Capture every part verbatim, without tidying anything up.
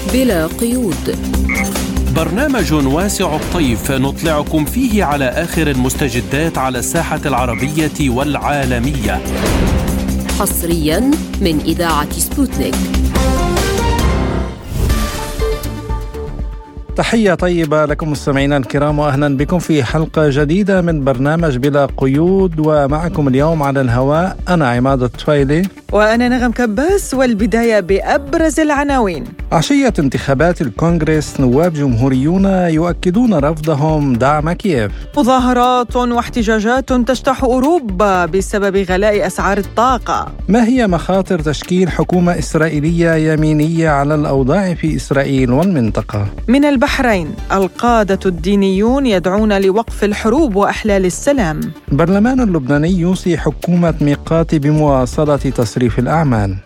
بلا قيود، برنامج واسع الطيف نطلعكم فيه على آخر المستجدات على الساحة العربية والعالمية، حصريا من إذاعة سبوتنيك. تحية طيبة لكم مستمعينا الكرام، وأهلا بكم في حلقة جديدة من برنامج بلا قيود. ومعكم اليوم على الهواء أنا عماد الطفيلي وأنا نغم كباس. والبداية بأبرز العناوين. عشية انتخابات الكونغرس نواب جمهوريون يؤكدون رفضهم دعم كييف. مظاهرات واحتجاجات تجتاح أوروبا بسبب غلاء أسعار الطاقة. ما هي مخاطر تشكيل حكومة إسرائيلية يمينية على الأوضاع في إسرائيل والمنطقة؟ من البحرين القادة الدينيون يدعون لوقف الحروب وأحلال السلام. البرلمان اللبناني يوصي حكومة ميقاتي بمواصلة تصريف الأعمال.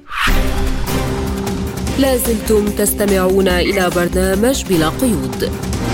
لازلتم تستمعون إلى برنامج بلا قيود.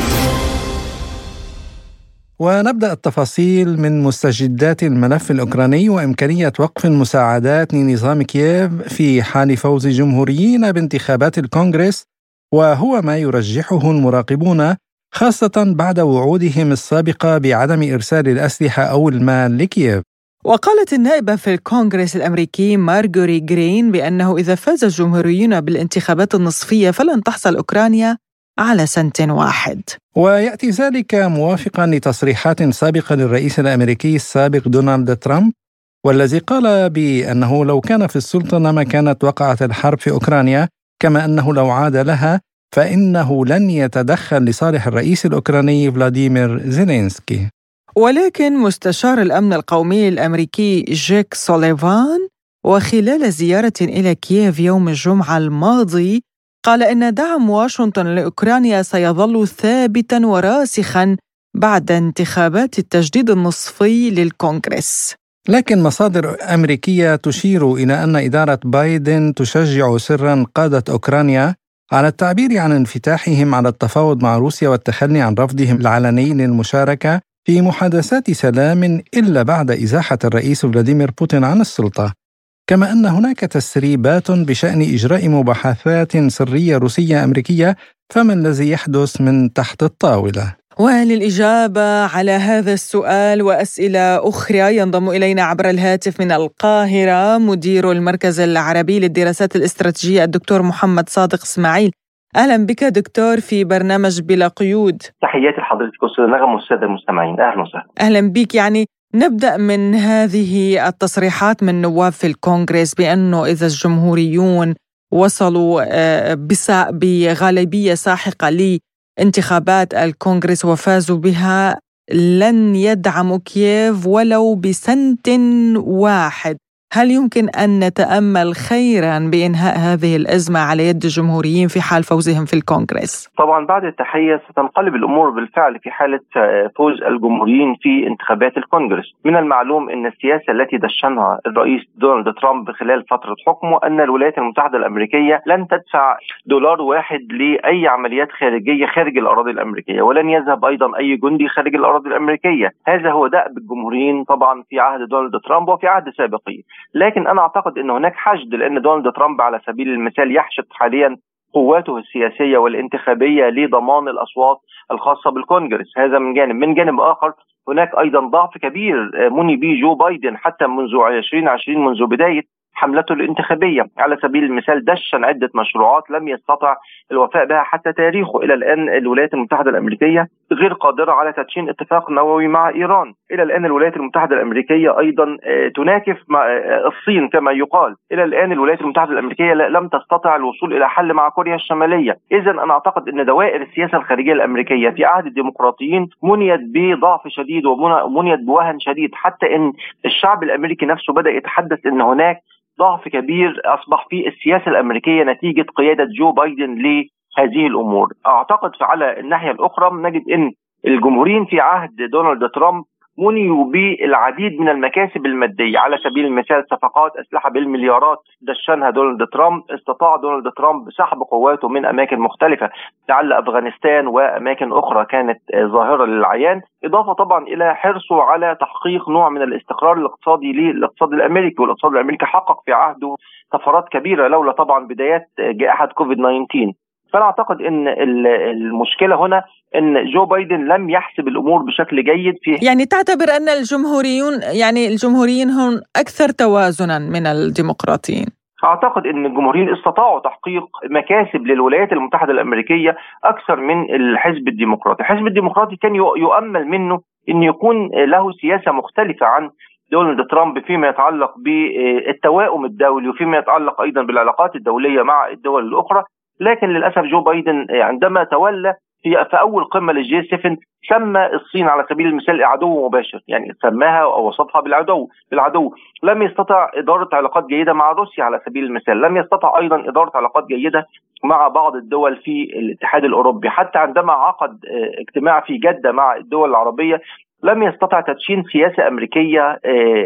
ونبدأ التفاصيل من مستجدات الملف الأوكراني وإمكانية وقف المساعدات لنظام كييف في حال فوز جمهوريين بانتخابات الكونغرس، وهو ما يرجحه المراقبون خاصة بعد وعودهم السابقة بعدم إرسال الأسلحة أو المال لكييف. وقالت النائبة في الكونغرس الأمريكي مارجوري غرين بأنه إذا فاز الجمهوريون بالانتخابات النصفية فلن تحصل أوكرانيا على سنت واحد. ويأتي ذلك موافقا لتصريحات سابقة للرئيس الأمريكي السابق دونالد ترامب، والذي قال بأنه لو كان في السلطة ما كانت وقعت الحرب في أوكرانيا، كما أنه لو عاد لها فإنه لن يتدخل لصالح الرئيس الأوكراني فلاديمير زيلينسكي. ولكن مستشار الأمن القومي الأمريكي جيك سوليفان وخلال زيارة إلى كييف يوم الجمعة الماضي قال إن دعم واشنطن لأوكرانيا سيظل ثابتاً وراسخاً بعد انتخابات التجديد النصفي للكونغرس. لكن مصادر أمريكية تشير إلى أن إدارة بايدن تشجع سراً قادة أوكرانيا على التعبير عن انفتاحهم على التفاوض مع روسيا والتخلي عن رفضهم العلني للمشاركة في محادثات سلام إلا بعد إزاحة الرئيس فلاديمير بوتين عن السلطة، كما أن هناك تسريبات بشأن إجراء مباحثات سرية روسية أمريكية، فما الذي يحدث من تحت الطاولة؟ وللإجابة على هذا السؤال وأسئلة أخرى ينضم إلينا عبر الهاتف من القاهرة مدير المركز العربي للدراسات الاستراتيجية الدكتور محمد صادق إسماعيل. أهلا بك دكتور في برنامج بلا قيود. تحياتي لحضرتك أستاذ نغم والسادة المستمعين، أهلا وسهلا. أهلا بك. يعني نبدأ من هذه التصريحات من نواب في الكونغرس بأنه إذا الجمهوريون وصلوا بغالبية ساحقة لانتخابات الكونغرس وفازوا بها لن يدعموا كييف ولو بسنت واحد. هل يمكن أن نتأمل خيراً بإنهاء هذه الأزمة على يد الجمهوريين في حال فوزهم في الكونغرس؟ طبعاً بعد التحية ستنقلب الأمور بالفعل في حالة فوز الجمهوريين في انتخابات الكونغرس. من المعلوم أن السياسة التي دشنها الرئيس دونالد ترامب خلال فترة حكمه أن الولايات المتحدة الأمريكية لن تدفع دولار واحد لأي عمليات خارجية خارج الأراضي الأمريكية، ولن يذهب أيضاً أي جندي خارج الأراضي الأمريكية. هذا هو دأب الجمهوريين طبعاً في عهد دونالد ترامب وفي عهد سابقين. لكن أنا أعتقد أن هناك حشد، لأن دونالد ترامب على سبيل المثال يحشد حاليا قواته السياسية والانتخابية لضمان الأصوات الخاصة بالكونغرس. هذا من جانب. من جانب آخر هناك أيضا ضعف كبير مني به جو بايدن حتى منذ عشرين عشرين، منذ بداية حملته الانتخابية. على سبيل المثال دشن عدة مشروعات لم يستطع الوفاء بها حتى تاريخه. إلى الآن الولايات المتحدة الأمريكية غير قادرة على تدشين اتفاق نووي مع إيران. إلى الآن الولايات المتحدة الأمريكية أيضا تناكف مع الصين كما يقال. إلى الآن الولايات المتحدة الأمريكية لم تستطع الوصول إلى حل مع كوريا الشمالية. إذن أنا أعتقد أن دوائر السياسة الخارجية الأمريكية في عهد الديمقراطيين منيت بضعف شديد ومنيت بوهن شديد، حتى أن الشعب الأمريكي نفسه بدأ يتحدث أن هناك ضعف كبير أصبح في السياسة الأمريكية نتيجة قيادة جو بايدن لهذه الأمور. أعتقد على الناحية الأخرى نجد أن الجمهوريين في عهد دونالد ترامب منيوا بالعديد من المكاسب المادية. على سبيل المثال صفقات أسلحة بالمليارات دشنها دونالد ترامب. استطاع دونالد ترامب سحب قواته من أماكن مختلفة لعل أفغانستان وأماكن أخرى كانت ظاهرة للعيان، إضافة طبعا إلى حرصه على تحقيق نوع من الاستقرار الاقتصادي للاقتصاد الأمريكي. والاقتصاد الأمريكي حقق في عهده طفرات كبيرة لولا طبعا بدايات جائحة كوفيد تسعة عشر. فانا اعتقد ان المشكله هنا ان جو بايدن لم يحسب الامور بشكل جيد. في يعني تعتبر ان الجمهوريون يعني الجمهوريين هم اكثر توازنا من الديمقراطيين؟ أعتقد أن الجمهوريين استطاعوا تحقيق مكاسب للولايات المتحدة الأمريكية أكثر من الحزب الديمقراطي. الحزب الديمقراطي كان يؤمل منه أن يكون له سياسة مختلفة عن دونالد ترامب فيما يتعلق بالتوائم الدولي وفيما يتعلق أيضا بالعلاقات الدولية مع الدول الأخرى، لكن للأسف جو بايدن عندما تولى في أول قمة للجي سبعة سمى الصين على سبيل المثال عدو مباشر، يعني سماها أو وصفها بالعدو بالعدو لم يستطع إدارة علاقات جيدة مع روسيا على سبيل المثال، لم يستطع أيضا إدارة علاقات جيدة مع بعض الدول في الاتحاد الأوروبي، حتى عندما عقد اجتماع في جدة مع الدول العربية لم يستطع تدشين سياسة أمريكية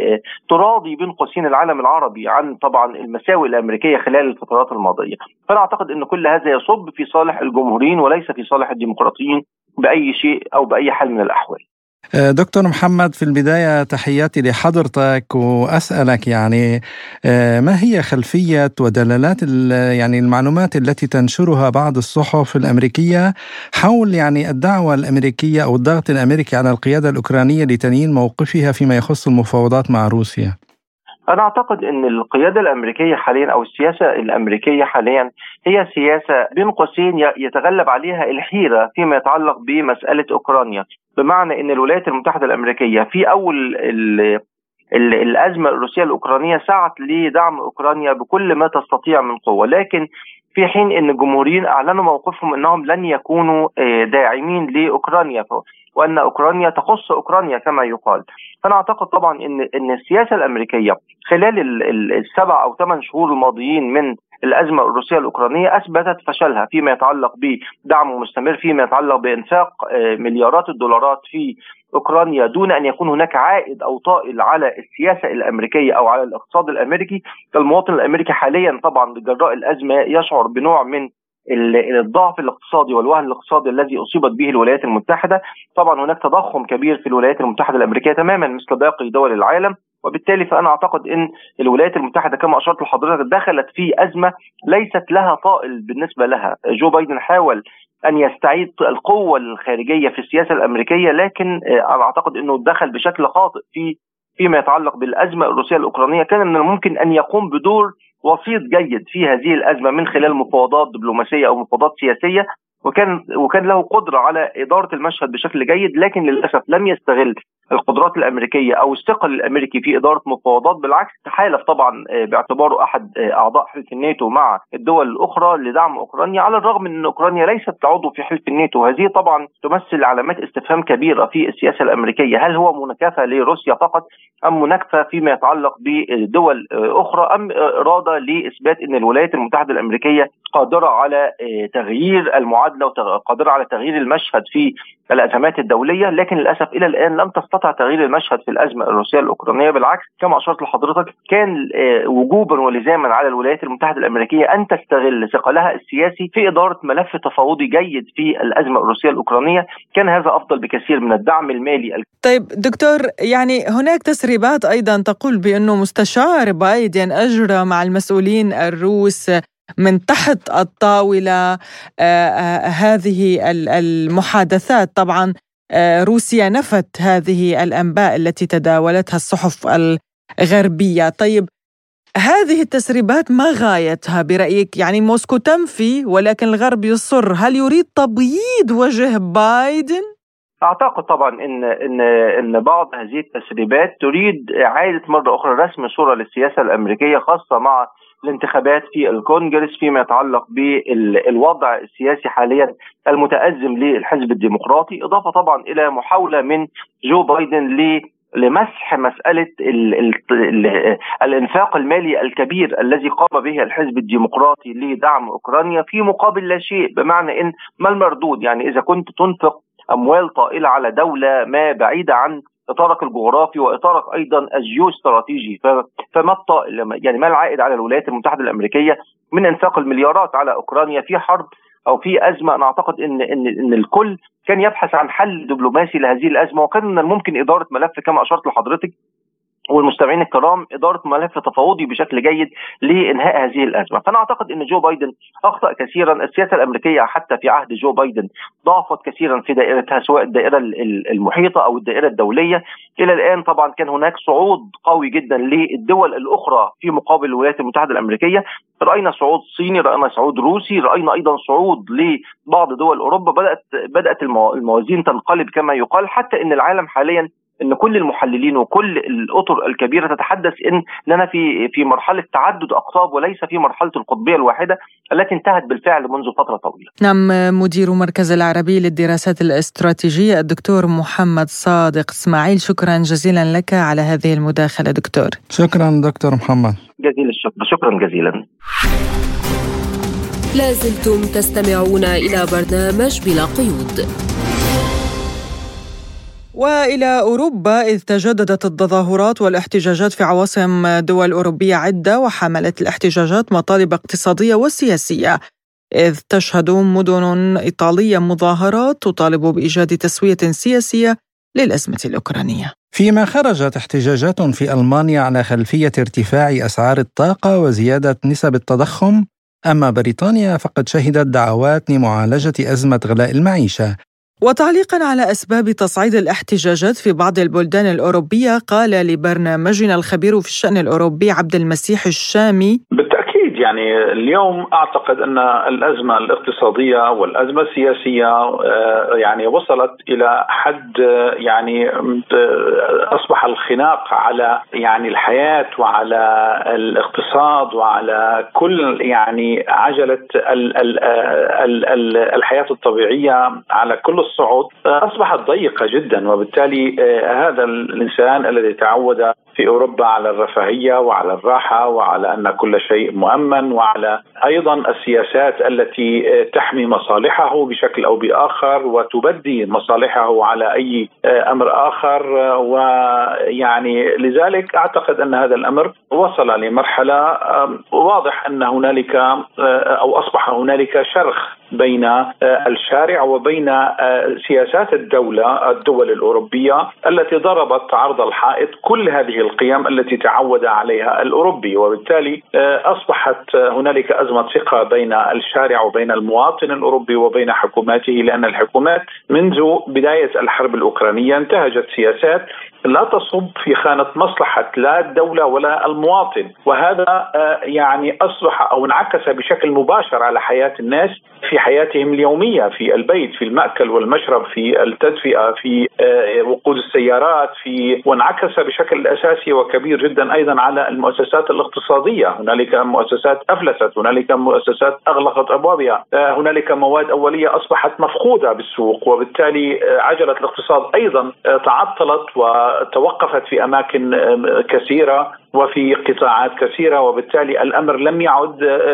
تراضي بين قوسين العالم العربي عن طبعا المساوئ الأمريكية خلال الفترات الماضية. فأنا أعتقد أن كل هذا يصب في صالح الجمهوريين وليس في صالح الديمقراطيين بأي شيء أو بأي حال من الأحوال. دكتور محمد، في البداية تحياتي لحضرتك وأسألك يعني ما هي خلفية ودلالات يعني المعلومات التي تنشرها بعض الصحف الأمريكية حول يعني الدعوة الأمريكية أو الضغط الأمريكي على القيادة الأوكرانية لتنيين موقفها فيما يخص المفاوضات مع روسيا؟ أنا أعتقد أن القيادة الأمريكية حاليا أو السياسة الأمريكية حاليا هي سياسة بين قوسين يتغلب عليها الحيرة فيما يتعلق بمسألة أوكرانيا، بمعنى أن الولايات المتحدة الأمريكية في أول ال ال الأزمة الروسية الأوكرانية سعت لدعم أوكرانيا بكل ما تستطيع من قوة، لكن في حين أن الجمهوريين أعلنوا موقفهم أنهم لن يكونوا داعمين لأوكرانيا وأن أوكرانيا تخص أوكرانيا كما يقال. فأنا أعتقد طبعا أن أن السياسة الأمريكية خلال السبع أو ثمان شهور الماضيين من الأزمة الروسية الأوكرانية أثبتت فشلها فيما يتعلق بدعم مستمر، فيما يتعلق بإنفاق مليارات الدولارات في أوكرانيا دون أن يكون هناك عائد أو طائل على السياسة الأمريكية أو على الاقتصاد الأمريكي. المواطن الأمريكي حاليا طبعا بجراء الأزمة يشعر بنوع من الضعف الاقتصادي والوهن الاقتصادي الذي أصيبت به الولايات المتحدة. طبعا هناك تضخم كبير في الولايات المتحدة الأمريكية تماما مثل باقي دول العالم، وبالتالي فأنا أعتقد أن الولايات المتحدة كما أشرت لحضرتك دخلت في أزمة ليست لها طائل بالنسبة لها. جو بايدن حاول أن يستعيد القوة الخارجية في السياسة الأمريكية، لكن أنا أعتقد أنه دخل بشكل خاطئ في فيما يتعلق بالأزمة الروسية الأوكرانية. كان من الممكن أن يقوم بدور وسيط جيد في هذه الأزمة من خلال مفاوضات دبلوماسية أو مفاوضات سياسية، وكان وكان له قدرة على إدارة المشهد بشكل جيد، لكن للأسف لم يستغل القدرات الأمريكية أو الثقل الأمريكي في إدارة مفاوضات، بالعكس تحالف طبعا باعتباره أحد أعضاء حلف الناتو مع الدول الأخرى لدعم أوكرانيا، على الرغم من أن أوكرانيا ليست عضو في حلف الناتو. هذه طبعا تمثل علامات استفهام كبيرة في السياسة الأمريكية، هل هو مناكفة لروسيا فقط أم مناكفة فيما يتعلق بدول أخرى، أم إرادة لإثبات أن الولايات المتحدة الأمريكية قادرة على تغيير المعادلة وقادرة على تغيير المشهد في الأزمات الدولية. لكن للأسف إلى الآن لم تستطع تغيير المشهد في الأزمة الروسية الأوكرانية، بالعكس كما أشرت لحضرتك كان وجوبا ولزاما على الولايات المتحدة الأمريكية أن تستغل ثقلها السياسي في إدارة ملف تفاوضي جيد في الأزمة الروسية الأوكرانية. كان هذا أفضل بكثير من الدعم المالي. طيب دكتور، يعني هناك تسريبات أيضا تقول بأنه مستشار بايدن أجرى مع المسؤولين الروس من تحت الطاولة آه آه هذه المحادثات. طبعا آه روسيا نفت هذه الأنباء التي تداولتها الصحف الغربية. طيب هذه التسريبات ما غايتها برأيك؟ يعني موسكو تنفي ولكن الغرب يصر، هل يريد تبييض وجه بايدن؟ أعتقد طبعا إن إن إن بعض هذه التسريبات تريد إعادة مرة أخرى رسم صورة للسياسة الأمريكية، خاصة مع الانتخابات في الكونغرس فيما يتعلق بالوضع السياسي حاليا المتأزم للحزب الديمقراطي، إضافة طبعا إلى محاولة من جو بايدن ل لمسح مسألة ال ال ال الانفاق المالي الكبير الذي قام به الحزب الديمقراطي لدعم أوكرانيا في مقابل لا شيء، بمعنى إن ما المردود؟ يعني إذا كنت تنفق أموال طائلة على دولة ما بعيدة عن إطارك الجغرافي وإطارك أيضا الجيوستراتيجي، فما الطائل؟ يعني ما العائد على الولايات المتحدة الأمريكية من إنفاق المليارات على أوكرانيا في حرب أو في أزمة؟ أنا أعتقد إن إن إن الكل كان يبحث عن حل دبلوماسي لهذه الأزمة، وكان من الممكن إدارة ملف كما أشرت لحضرتك والمستمعين الكرام إدارة ملف تفاوضي بشكل جيد لإنهاء هذه الأزمة. فأنا أعتقد أن جو بايدن أخطأ كثيرا. السياسة الأمريكية حتى في عهد جو بايدن ضعفت كثيرا في دائرتها، سواء الدائرة المحيطة أو الدائرة الدولية. إلى الآن طبعا كان هناك صعود قوي جدا للدول الأخرى في مقابل الولايات المتحدة الأمريكية. رأينا صعود صيني، رأينا صعود روسي، رأينا أيضا صعود لبعض دول أوروبا. بدأت بدأت الموازين تنقلب كما يقال، حتى أن العالم حاليا، ان كل المحللين وكل الاطر الكبيره تتحدث ان لنا في في مرحله تعدد اقطاب وليس في مرحله القطبيه الواحده التي انتهت بالفعل منذ فتره طويله. نعم، مدير مركز العربي للدراسات الاستراتيجيه الدكتور محمد صادق اسماعيل، شكرا جزيلا لك على هذه المداخله دكتور. شكرا دكتور محمد. جزيل الشكر، شكرا جزيلا. لازلتم تستمعون الى برنامج بلا قيود. وإلى أوروبا، إذ تجددت التظاهرات والاحتجاجات في عواصم دول أوروبية عدة، وحملت الاحتجاجات مطالب اقتصادية وسياسية، إذ تشهد مدن إيطالية مظاهرات تطالب بإيجاد تسوية سياسية للأزمة الأوكرانية. فيما خرجت احتجاجات في ألمانيا على خلفية ارتفاع أسعار الطاقة وزيادة نسب التضخم، أما بريطانيا فقد شهدت دعوات لمعالجة أزمة غلاء المعيشة. وتعليقا على أسباب تصعيد الاحتجاجات في بعض البلدان الأوروبية، قال لبرنامجنا الخبير في الشأن الأوروبي عبد المسيح الشامي: بالتأكيد يعني اليوم أعتقد أن الأزمة الاقتصادية والأزمة السياسية يعني وصلت إلى حد يعني أصبح الخناق على يعني الحياة وعلى الاقتصاد وعلى كل يعني عجلة الحياة الطبيعية على كل الصعود أصبحت ضيقة جدا. وبالتالي هذا الإنسان الذي تعود في أوروبا على الرفاهية وعلى الراحة وعلى أن كل شيء مؤمن، وعلى أيضا السياسات التي تحمي مصالحه بشكل أو بآخر وتبدي مصالحه على أي أمر آخر، ويعني لذلك أعتقد أن هذا الأمر وصل لمرحلة واضح أن هنالك أو أصبح هنالك شرخ بين الشارع وبين سياسات الدولة الدول الأوروبية التي ضربت عرض الحائط كل هذه القيم التي تعود عليها الأوروبي. وبالتالي أصبحت هنالك أزمة ثقة بين الشارع وبين المواطن الأوروبي وبين حكوماته، لأن الحكومات منذ بداية الحرب الأوكرانية انتهجت سياسات لا تصب في خانة مصلحة لا الدولة ولا المواطن، وهذا يعني أصبح أو انعكس بشكل مباشر على حياة الناس في حياتهم اليومية، في البيت، في المأكل والمشرب، في التدفئة، في وقود السيارات، في وانعكس بشكل أساسي وكبير جدا أيضا على المؤسسات الاقتصادية. هنالك مؤسسات أفلست، هنالك مؤسسات أغلقت أبوابها، هنالك مواد أولية أصبحت مفقودة بالسوق، وبالتالي عجلة الاقتصاد أيضا تعطلت وتوقفت في أماكن كثيرة وفي قطاعات كثيرة، وبالتالي الأمر لم يعد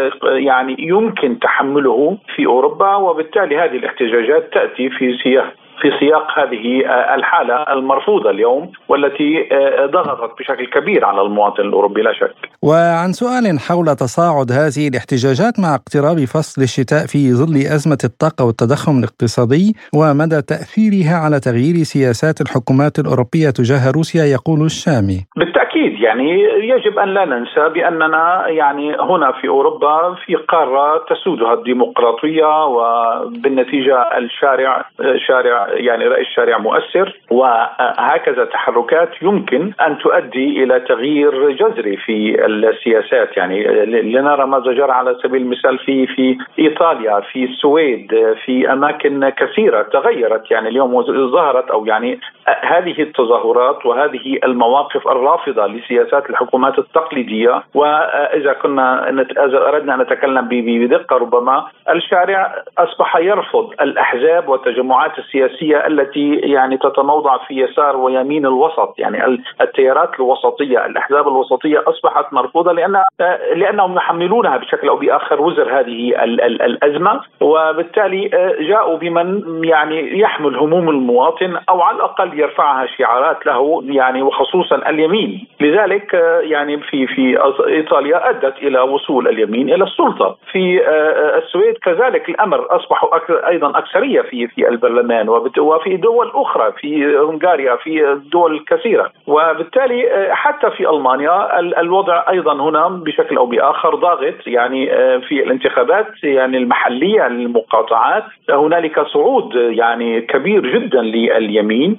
يعني يمكن تحمله في أوروبا. وبالتالي هذه الاحتجاجات تأتي في سياق في سياق هذه الحالة المرفوضة اليوم والتي ضغطت بشكل كبير على المواطن الأوروبي لا شك. وعن سؤال حول تصاعد هذه الاحتجاجات مع اقتراب فصل الشتاء في ظل أزمة الطاقة والتضخم الاقتصادي ومدى تأثيرها على تغيير سياسات الحكومات الأوروبية تجاه روسيا، يقول الشامي: بالتأكيد يعني يجب أن لا ننسى بأننا يعني هنا في أوروبا في قارة تسودها الديمقراطية، وبالنتيجة الشارع شارع يعني رأي الشارع مؤثر، وهكذا تحركات يمكن أن تؤدي إلى تغيير جذري في السياسات. يعني لنرى ماذا جرى على سبيل المثال في في إيطاليا، في السويد، في أماكن كثيرة تغيرت. يعني اليوم ظهرت أو يعني هذه التظاهرات وهذه المواقف الرافضة لسياسات الحكومات التقليدية. وإذا كنا إذا أردنا أن نتكلم بدقة، ربما الشارع أصبح يرفض الأحزاب والتجمعات السياسية التي يعني تتموضع في يسار ويمين الوسط. يعني التيارات الوسطية، الأحزاب الوسطية أصبحت مرفوضة لأن لأنهم يحملونها بشكل أو بآخر وزر هذه الأزمة، وبالتالي جاءوا بمن يعني يحمل هموم المواطن أو على الأقل يرفعها شعارات له، يعني وخصوصا اليمين لذلك يعني في في إيطاليا أدت إلى وصول اليمين إلى السلطة. في السويد كذلك الأمر، أصبحوا أيضا أكثرية في في البرلمان، وفي دول أخرى في هنغاريا، في دول كثيرة. وبالتالي حتى في ألمانيا الوضع أيضا هنا بشكل أو بآخر ضاغط، يعني في الانتخابات يعني المحلية للمقاطعات هنالك صعود يعني كبير جدا لليمين.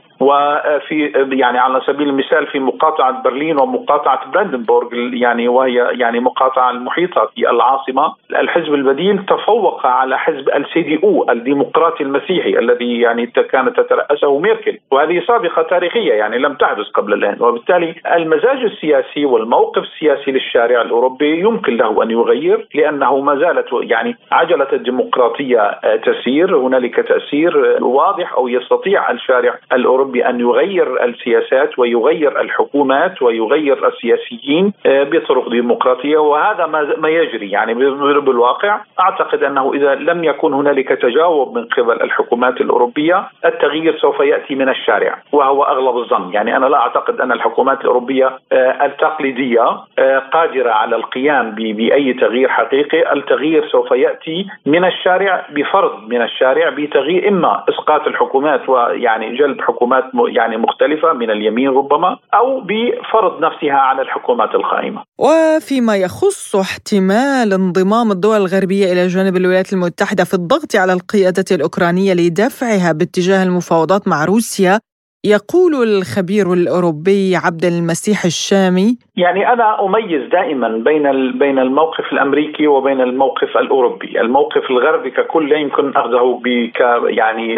وفي يعني على سبيل المثال في مقاطعة برلين ومقاطعة براندنبورغ، يعني وهي يعني مقاطعة المحيطة في العاصمة، الحزب البديل تفوق على حزب السي دي او الديمقراطي المسيحي الذي يعني كانت تترأسه ميركل، وهذه سابقة تاريخية يعني لم تحدث قبل الآن. وبالتالي المزاج السياسي والموقف السياسي للشارع الأوروبي يمكن له أن يغير، لأنه ما زالت يعني عجلة الديمقراطية تسير، هنالك تأثير واضح، أو يستطيع الشارع الأوروبي بأن يغير السياسات ويغير الحكومات ويغير السياسيين بطرق ديمقراطية. وهذا ما يجري يعني بالواقع. أعتقد أنه إذا لم يكن هنالك تجاوب من قبل الحكومات الأوروبية، التغيير سوف يأتي من الشارع، وهو أغلب الظن. يعني أنا لا أعتقد أن الحكومات الأوروبية التقليدية قادرة على القيام بأي تغيير حقيقي. التغيير سوف يأتي من الشارع، بفرض من الشارع بتغيير إما إسقاط الحكومات ويعني جلب حكومات يعني مختلفة من اليمين ربما، أو بفرض نفسها على الحكومات القائمة. وفيما يخص احتمال انضمام الدول الغربية إلى جانب الولايات المتحدة في الضغط على القيادة الأوكرانية لدفعها باتجاه المفاوضات مع روسيا، يقول الخبير الأوروبي عبد المسيح الشامي: يعني أنا أميز دائما بين بين الموقف الأمريكي وبين الموقف الأوروبي. الموقف الغربي ككل لا يمكن أخذه بك يعني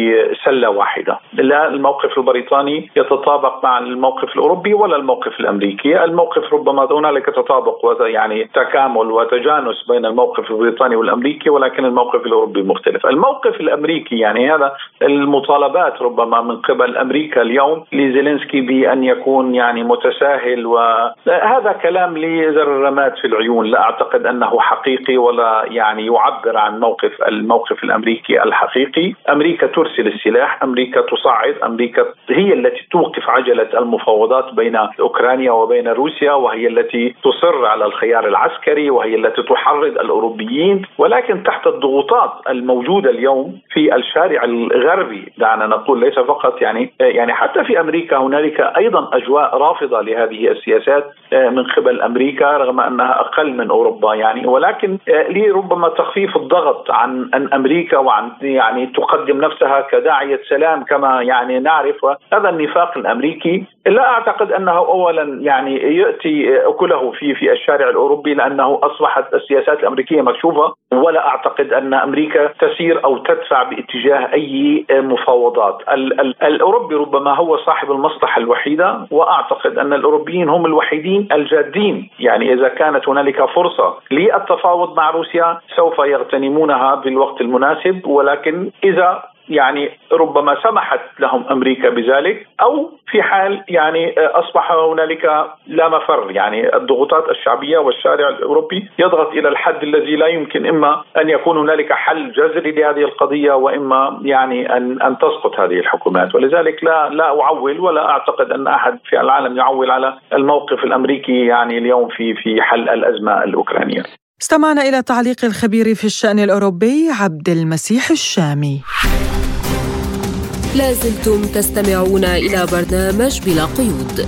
بسلة واحدة. لا الموقف البريطاني يتطابق مع الموقف الأوروبي ولا الموقف الأمريكي. الموقف ربما هنالك تطابق ويعني تكامل وتجانس بين الموقف البريطاني والأمريكي، ولكن الموقف الأوروبي مختلف. الموقف الأمريكي يعني هذا المطالبات ربما من قبل أمريكا اليوم لزيلينسكي بأن يكون يعني متساهل، وهذا كلام لزر الرماد في العيون. لا أعتقد أنه حقيقي ولا يعني يعبر عن موقف الموقف الأمريكي الحقيقي. أمريكا ترسل السلاح، أمريكا تصعد، أمريكا هي التي توقف عجلة المفاوضات بين أوكرانيا وبين روسيا، وهي التي تصر على الخيار العسكري، وهي التي تحرض الأوروبيين. ولكن تحت الضغوطات الموجودة اليوم في الشارع الغربي، دعنا نقول ليس فقط يعني يعني حتى في أمريكا هنالك أيضا أجواء رافضة لهذه السياسات من قبل أمريكا رغم أنها أقل من أوروبا يعني. ولكن لربما تخفيف الضغط عن أن أمريكا وعن يعني تقدم نفسها كداعية سلام كما يعني نعرف. هذا النفاق الأمريكي لا أعتقد أنه أولا يعني يأتي أكله في في الشارع الأوروبي، لأنه أصبحت السياسات الأمريكية مكشوفة، ولا أعتقد أن أمريكا تسير أو تدفع باتجاه أي مفاوضات. الأوروبي ربما هو صاحب المصلحة الوحيدة، وأعتقد أن الأوروبيين هم الوحيدين الجادين. يعني إذا كانت هنالك فرصة للتفاوض مع روسيا سوف يغتنمونها بالوقت المناسب، ولكن إذا يعني ربما سمحت لهم أمريكا بذلك، أو في حال يعني أصبح هنالك لا مفر، يعني الضغوطات الشعبية والشارع الأوروبي يضغط إلى الحد الذي لا يمكن إما أن يكون هنالك حل جذري لهذه القضية، وإما يعني أن أن تسقط هذه الحكومات. ولذلك لا لا أعول ولا أعتقد أن أحد في العالم يعول على الموقف الأمريكي يعني اليوم في في حل الأزمة الأوكرانية. استمعنا إلى تعليق الخبير في الشأن الأوروبي عبد المسيح الشامي. لازلتم تستمعون إلى برنامج بلا قيود.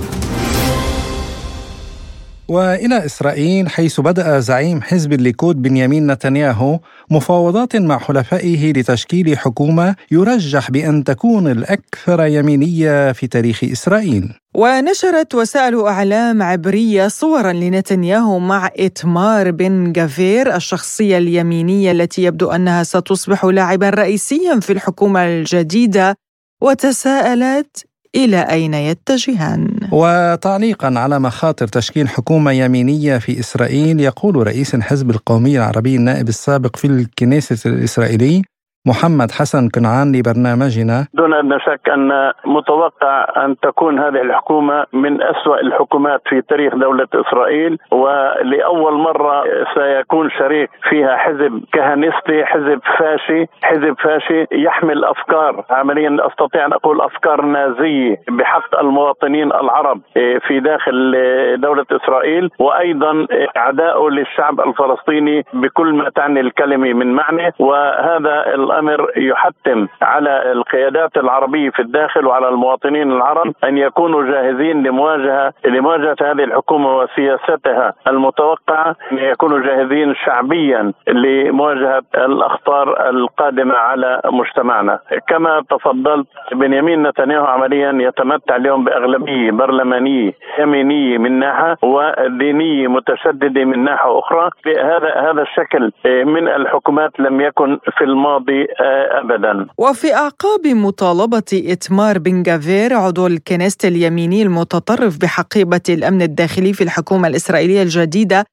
وإلى إسرائيل، حيث بدأ زعيم حزب الليكود بنيامين نتنياهو مفاوضات مع حلفائه لتشكيل حكومة يرجح بأن تكون الأكثر يمينية في تاريخ إسرائيل. ونشرت وسائل إعلام عبرية صوراً لنتنياهو مع إتمار بن غفير، الشخصية اليمينية التي يبدو أنها ستصبح لاعباً رئيسياً في الحكومة الجديدة، وتساءلت إلى أين يتجهان. وتعليقاً على مخاطر تشكيل حكومة يمينية في إسرائيل، يقول رئيس الحزب القومي العربي النائب السابق في الكنيسة الإسرائيلي محمد حسن كنعان لبرنامجنا. دون أدنى شك أن متوقع أن تكون هذه الحكومة من أسوأ الحكومات في تاريخ دولة إسرائيل، ولأول مرة سيكون شريك فيها حزب كهنستي، حزب فاشي، حزب فاشي يحمل أفكار، عمليا أستطيع أن أقول أفكار نازية بحق المواطنين العرب في داخل دولة إسرائيل، وأيضا عداء للشعب الفلسطيني بكل ما تعني الكلمة من معنى. وهذا الأمر يحتم على القيادات العربية في الداخل وعلى المواطنين العرب أن يكونوا جاهزين لمواجهة لمواجهة هذه الحكومة وسياستها المتوقعة، أن يكونوا جاهزين شعبيا لمواجهة الأخطار القادمة على مجتمعنا. كما تفضلت، بنيامين نتنياهو عمليا يتمتع اليوم بأغلبية برلمانية يمينية من ناحية ودينية متشددة من ناحية أخرى. هذا هذا الشكل من الحكومات لم يكن في الماضي أبدا. وفي أعقاب مطالبة إتمار بن غفير عضو الكنيست اليميني المتطرف بحقيبة الأمن الداخلي في الحكومة الإسرائيلية الجديدة،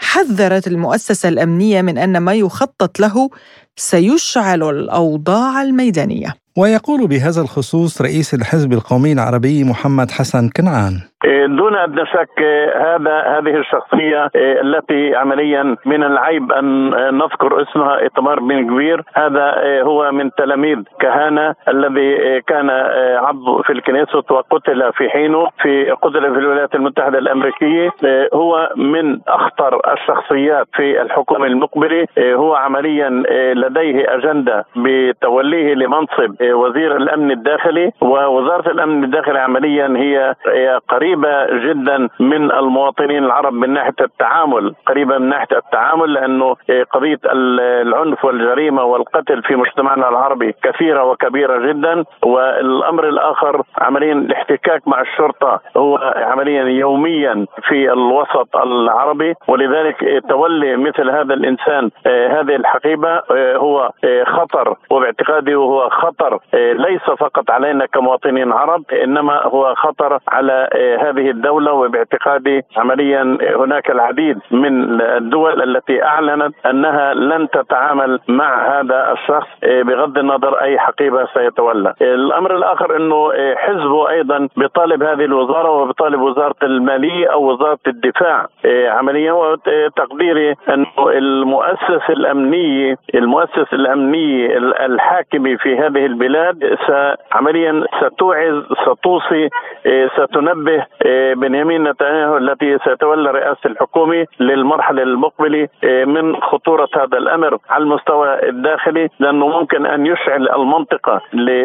حذرت المؤسسة الأمنية من أن ما يخطط له سيشعل الأوضاع الميدانية. ويقول بهذا الخصوص رئيس الحزب القومي العربي محمد حسن كنعان. دون أدنى شك هذا هذه الشخصية التي عمليا من العيب أن نذكر اسمها، إتمار بن غفير، هذا هو من تلاميذ كهنة الذي كان عضو في الكنيست وقتل في حينه في قتل في الولايات المتحدة الأمريكية. هو من أخطر الشخصيات في الحكومة المقبلة. هو عمليا لديه أجندة بتوليه لمنصب وزير الأمن الداخلي، ووزارة الأمن الداخلي عمليا هي قريبة جدا من المواطنين العرب من ناحية التعامل، قريبة من ناحية التعامل، لأنه قضية العنف والجريمة والقتل في مجتمعنا العربي كثيرة وكبيرة جدا. والأمر الآخر عمليا الاحتكاك مع الشرطة هو عمليا يوميا في الوسط العربي، ولذلك تولي مثل هذا الإنسان هذه الحقيبة هو خطر، وباعتقادي هو خطر ليس فقط علينا كمواطنين عرب، إنما هو خطر على هذه الدولة. وباعتقادي عمليا هناك العديد من الدول التي أعلنت أنها لن تتعامل مع هذا الشخص بغض النظر أي حقيبة سيتولى. الأمر الآخر أنه حزبه أيضا بطالب هذه الوزارة وبطالب وزارة المالية أو وزارة الدفاع عمليا. وتقديري أنه المؤسس الأمنية المؤسس الأمنية الحاكمة في هذه البلاد عمليا ستوعز ستوصي ستنبه بنيامين نتنياهو التي سيتولى رئاسة الحكومة للمرحلة المقبلة من خطورة هذا الأمر على المستوى الداخلي، لأنه ممكن أن يشعل المنطقة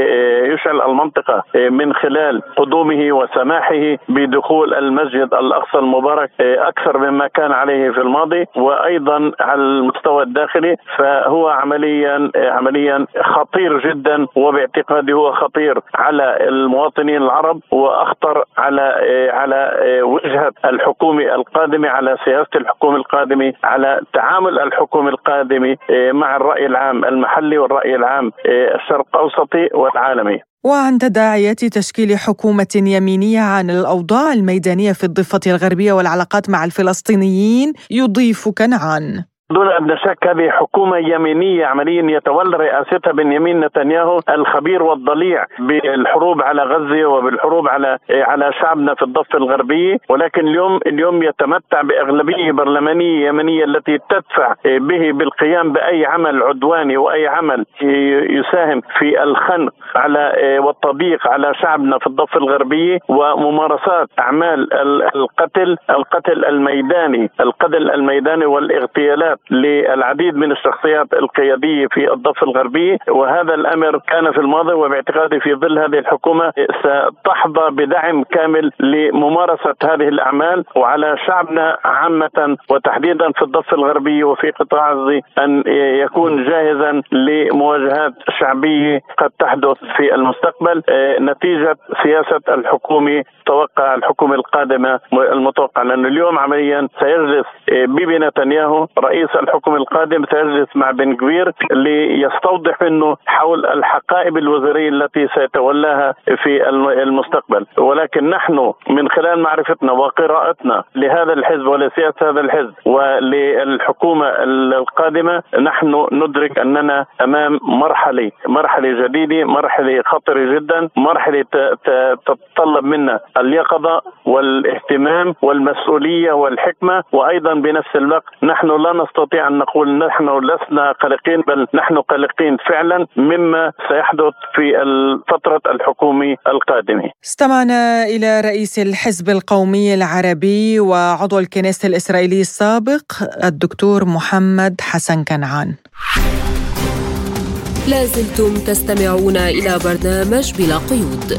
يشعل المنطقة من خلال قدومه وسماحه بدخول المسجد الأقصى المبارك أكثر مما كان عليه في الماضي. وأيضا على المستوى الداخلي فهو عمليا عمليا خطير جدا، وباعتقادي هو خطير على المواطنين العرب وأخطر على على وجهة الحكومة القادمة، على سياسة الحكومة القادمة، على تعامل الحكومة القادمة مع الرأي العام المحلي والرأي العام الشرق الأوسطي والعالمي. وعن تداعيات تشكيل حكومة يمينية عن الأوضاع الميدانية في الضفة الغربية والعلاقات مع الفلسطينيين، يضيف كنعان. دون أدنى شك هذه حكومة يمينية عمليا يتولى رئاستها بنيامين نتنياهو الخبير والضليع بالحروب على غزة وبالحروب على على شعبنا في الضفة الغربية، ولكن اليوم اليوم يتمتع بأغلبية برلمانية يمنية التي تدفع به بالقيام بأي عمل عدواني وأي عمل يساهم في الخنق على والتضييق على شعبنا في الضفة الغربية، وممارسات أعمال القتل القتل الميداني القتل الميداني والاغتيالات للعديد من الشخصيات القيادية في الضفة الغربية. وهذا الأمر كان في الماضي، وباعتقادي في ظل هذه الحكومة ستحظى بدعم كامل لممارسة هذه الأعمال، وعلى شعبنا عامة وتحديدا في الضفة الغربية وفي قطاع غزة أن يكون جاهزا لمواجهات شعبية قد تحدث في المستقبل نتيجة سياسة الحكومة. توقع الحكومة القادمة المتوقع، لأن اليوم عمليا سيجلس بيبي نتنياهو رئيس الحكومة القادم، سيجلس مع بن غفير ليستوضح منه حول الحقائب الوزارية التي سيتولاها في المستقبل. ولكن نحن من خلال معرفتنا وقراءتنا لهذا الحزب ولسياسة هذا الحزب وللحكومة القادمة، نحن ندرك أننا أمام مرحلة مرحلة مرحلة جديدة، مرحلة خطرة جدا، مرحلة تتطلب منا اليقظة والاهتمام والمسؤولية والحكمة. وأيضا بنفس الوقت نحن لا نستطيع أن نقول نحن لسنا قلقين، بل نحن قلقين فعلا مما سيحدث في الفترة الحكومية القادمة. استمعنا إلى رئيس الحزب القومي العربي وعضو الكنيسة الإسرائيلي السابق الدكتور محمد حسن كنعان. لازلتم تستمعون إلى برنامج بلا قيود.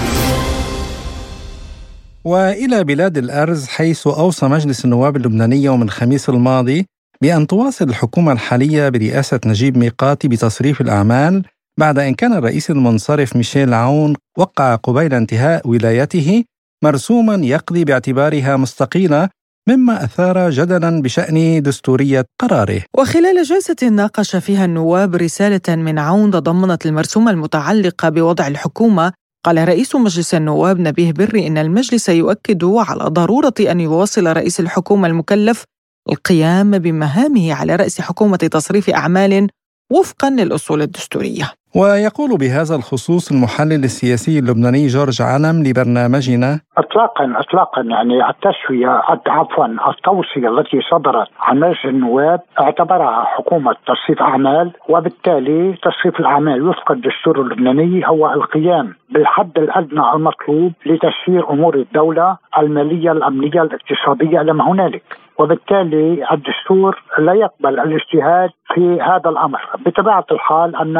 وإلى بلاد الأرز، حيث أوصى مجلس النواب اللبناني يوم الخميس الماضي بأن تواصل الحكومة الحالية برئاسة نجيب ميقاتي بتصريف الأعمال بعد أن كان الرئيس المنصرف ميشيل عون وقع قبيل انتهاء ولايته مرسوما يقضي باعتبارها مستقيلة، مما أثار جدلا بشأن دستورية قراره. وخلال جلسة ناقش فيها النواب رسالة من عون تضمنت المرسومة المتعلقة بوضع الحكومة، قال رئيس مجلس النواب نبيه بري إن المجلس يؤكد على ضرورة أن يواصل رئيس الحكومة المكلف القيام بمهامه على رأس حكومة تصريف أعمال وفقا للأصول الدستورية. ويقول بهذا الخصوص المحلل السياسي اللبناني جورج علم لبرنامجنا: اطلاقا اطلاقا يعني التسويه عفوا التوصيه التي صدرت عن مجلس النواب اعتبرها حكومه تصريف اعمال، وبالتالي تصريف الاعمال وفق الدستور اللبناني هو القيام بالحد الادنى المطلوب لتسيير امور الدوله الماليه الامنيه الاقتصاديه لما هنالك، وبالتالي الدستور لا يقبل الاجتهاد في هذا الأمر. بطبيعة الحال أن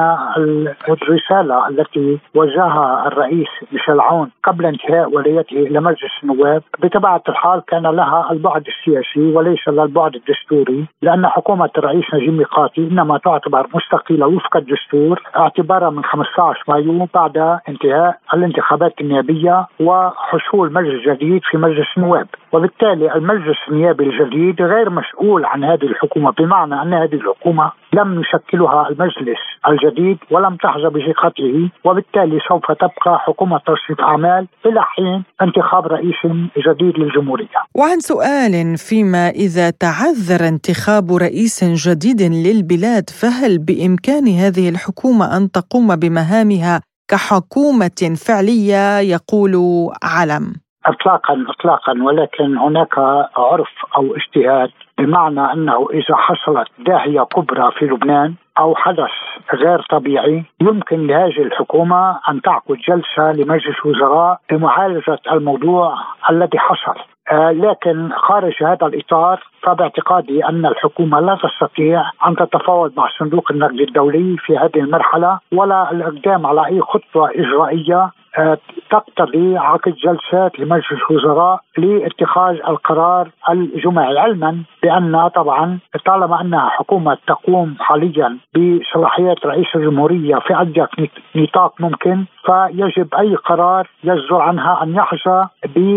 الرسالة التي وجهها الرئيس ميشيل عون قبل انتهاء ولايته إلى مجلس النواب بطبيعة الحال كان لها البعد السياسي وليس لها البعد الدستوري، لأن حكومة الرئيس نجيب ميقاتي إنما تعتبر مستقلة وفق الدستور اعتبارا من خمسة عشر مايو بعد انتهاء الانتخابات النيابية وحصول مجلس جديد في مجلس النواب، وبالتالي المجلس النيابي الجديد غير مسؤول عن هذه الحكومة، بمعنى أن هذه الحكومة لم يشكلها المجلس الجديد ولم تحظى بثقته، وبالتالي سوف تبقى حكومة تصريف أعمال إلى حين انتخاب رئيس جديد للجمهورية. وعن سؤال فيما إذا تعذر انتخاب رئيس جديد للبلاد، فهل بإمكان هذه الحكومة أن تقوم بمهامها كحكومة فعلية؟ يقول علم: اطلاقا اطلاقا ولكن هناك عرف او اجتهاد، بمعنى انه اذا حصلت داهية كبرى في لبنان او حدث غير طبيعي يمكن لهذه الحكومة ان تعقد جلسة لمجلس وزراء لمعالجة الموضوع الذي حصل. آه لكن خارج هذا الإطار فباعتقادي أن الحكومة لا تستطيع أن تتفاوض مع صندوق النقد الدولي في هذه المرحلة ولا الإقدام على أي خطوة إجرائية آه تقتضي عقد جلسات لمجلس وزراء لاتخاذ القرار الجماعي، علما بأن طبعا طالما أنها حكومة تقوم حاليا بصلاحيات رئيس الجمهورية في أضيق نطاق ممكن، فيجب أي قرار يصدر عنها أن يحظى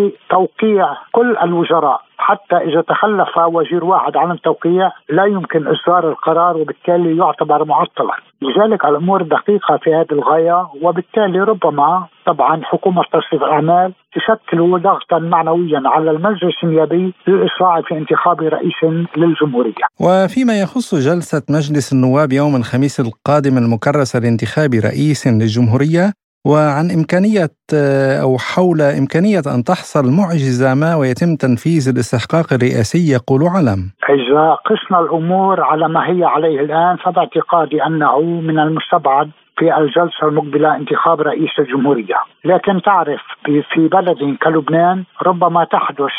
بتوقيع كل الوزراء، حتى إذا تخلف وزير واحد عن التوقيع لا يمكن إصدار القرار وبالتالي يعتبر معطلا. لذلك الأمور دقيقة في هذه الغاية، وبالتالي ربما طبعا حكومة تصريف الأعمال تشكل ضغطا معنويا على المجلس النيابي للإسراع في انتخاب رئيس للجمهورية. وفيما يخص جلسة مجلس النواب يوم الخميس القادم المكرسة لانتخاب رئيس للجمهورية، وعن إمكانية أو حول إمكانية أن تحصل معجزة ما ويتم تنفيذ الاستحقاق الرئاسي، يقول علم: إذا قسنا الأمور على ما هي عليه الآن فباعتقادي أنه من المستبعد في الجلسة المقبلة انتخاب رئيس الجمهورية، لكن تعرف في بلد كلبنان ربما تحدث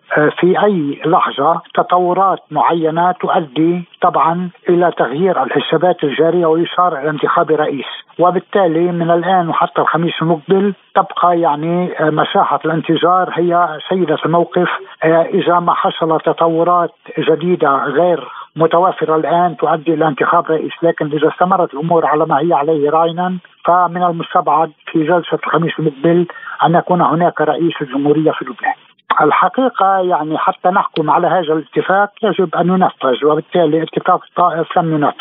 في أي لحظة تطورات معينة تؤدي طبعا إلى تغيير الحسابات الجارية ويصار إلى انتخاب رئيس، وبالتالي من الآن وحتى الخميس المقبل تبقى يعني مساحة الانتظار هي سيدة الموقف. إذا ما حصل تطورات جديدة غير متوافرة الآن تؤدي إلى انتخاب رئيس، لكن إذا استمرت الأمور على ما هي عليه راينا فمن المستبعد في جلسة الخميس المقبل أن يكون هناك رئيس الجمهورية في لبنان. الحقيقة يعني حتى نحكم على هذا الاتفاق يجب أن ينفذ، وبالتالي اتفاق الطائف لم ينفذ،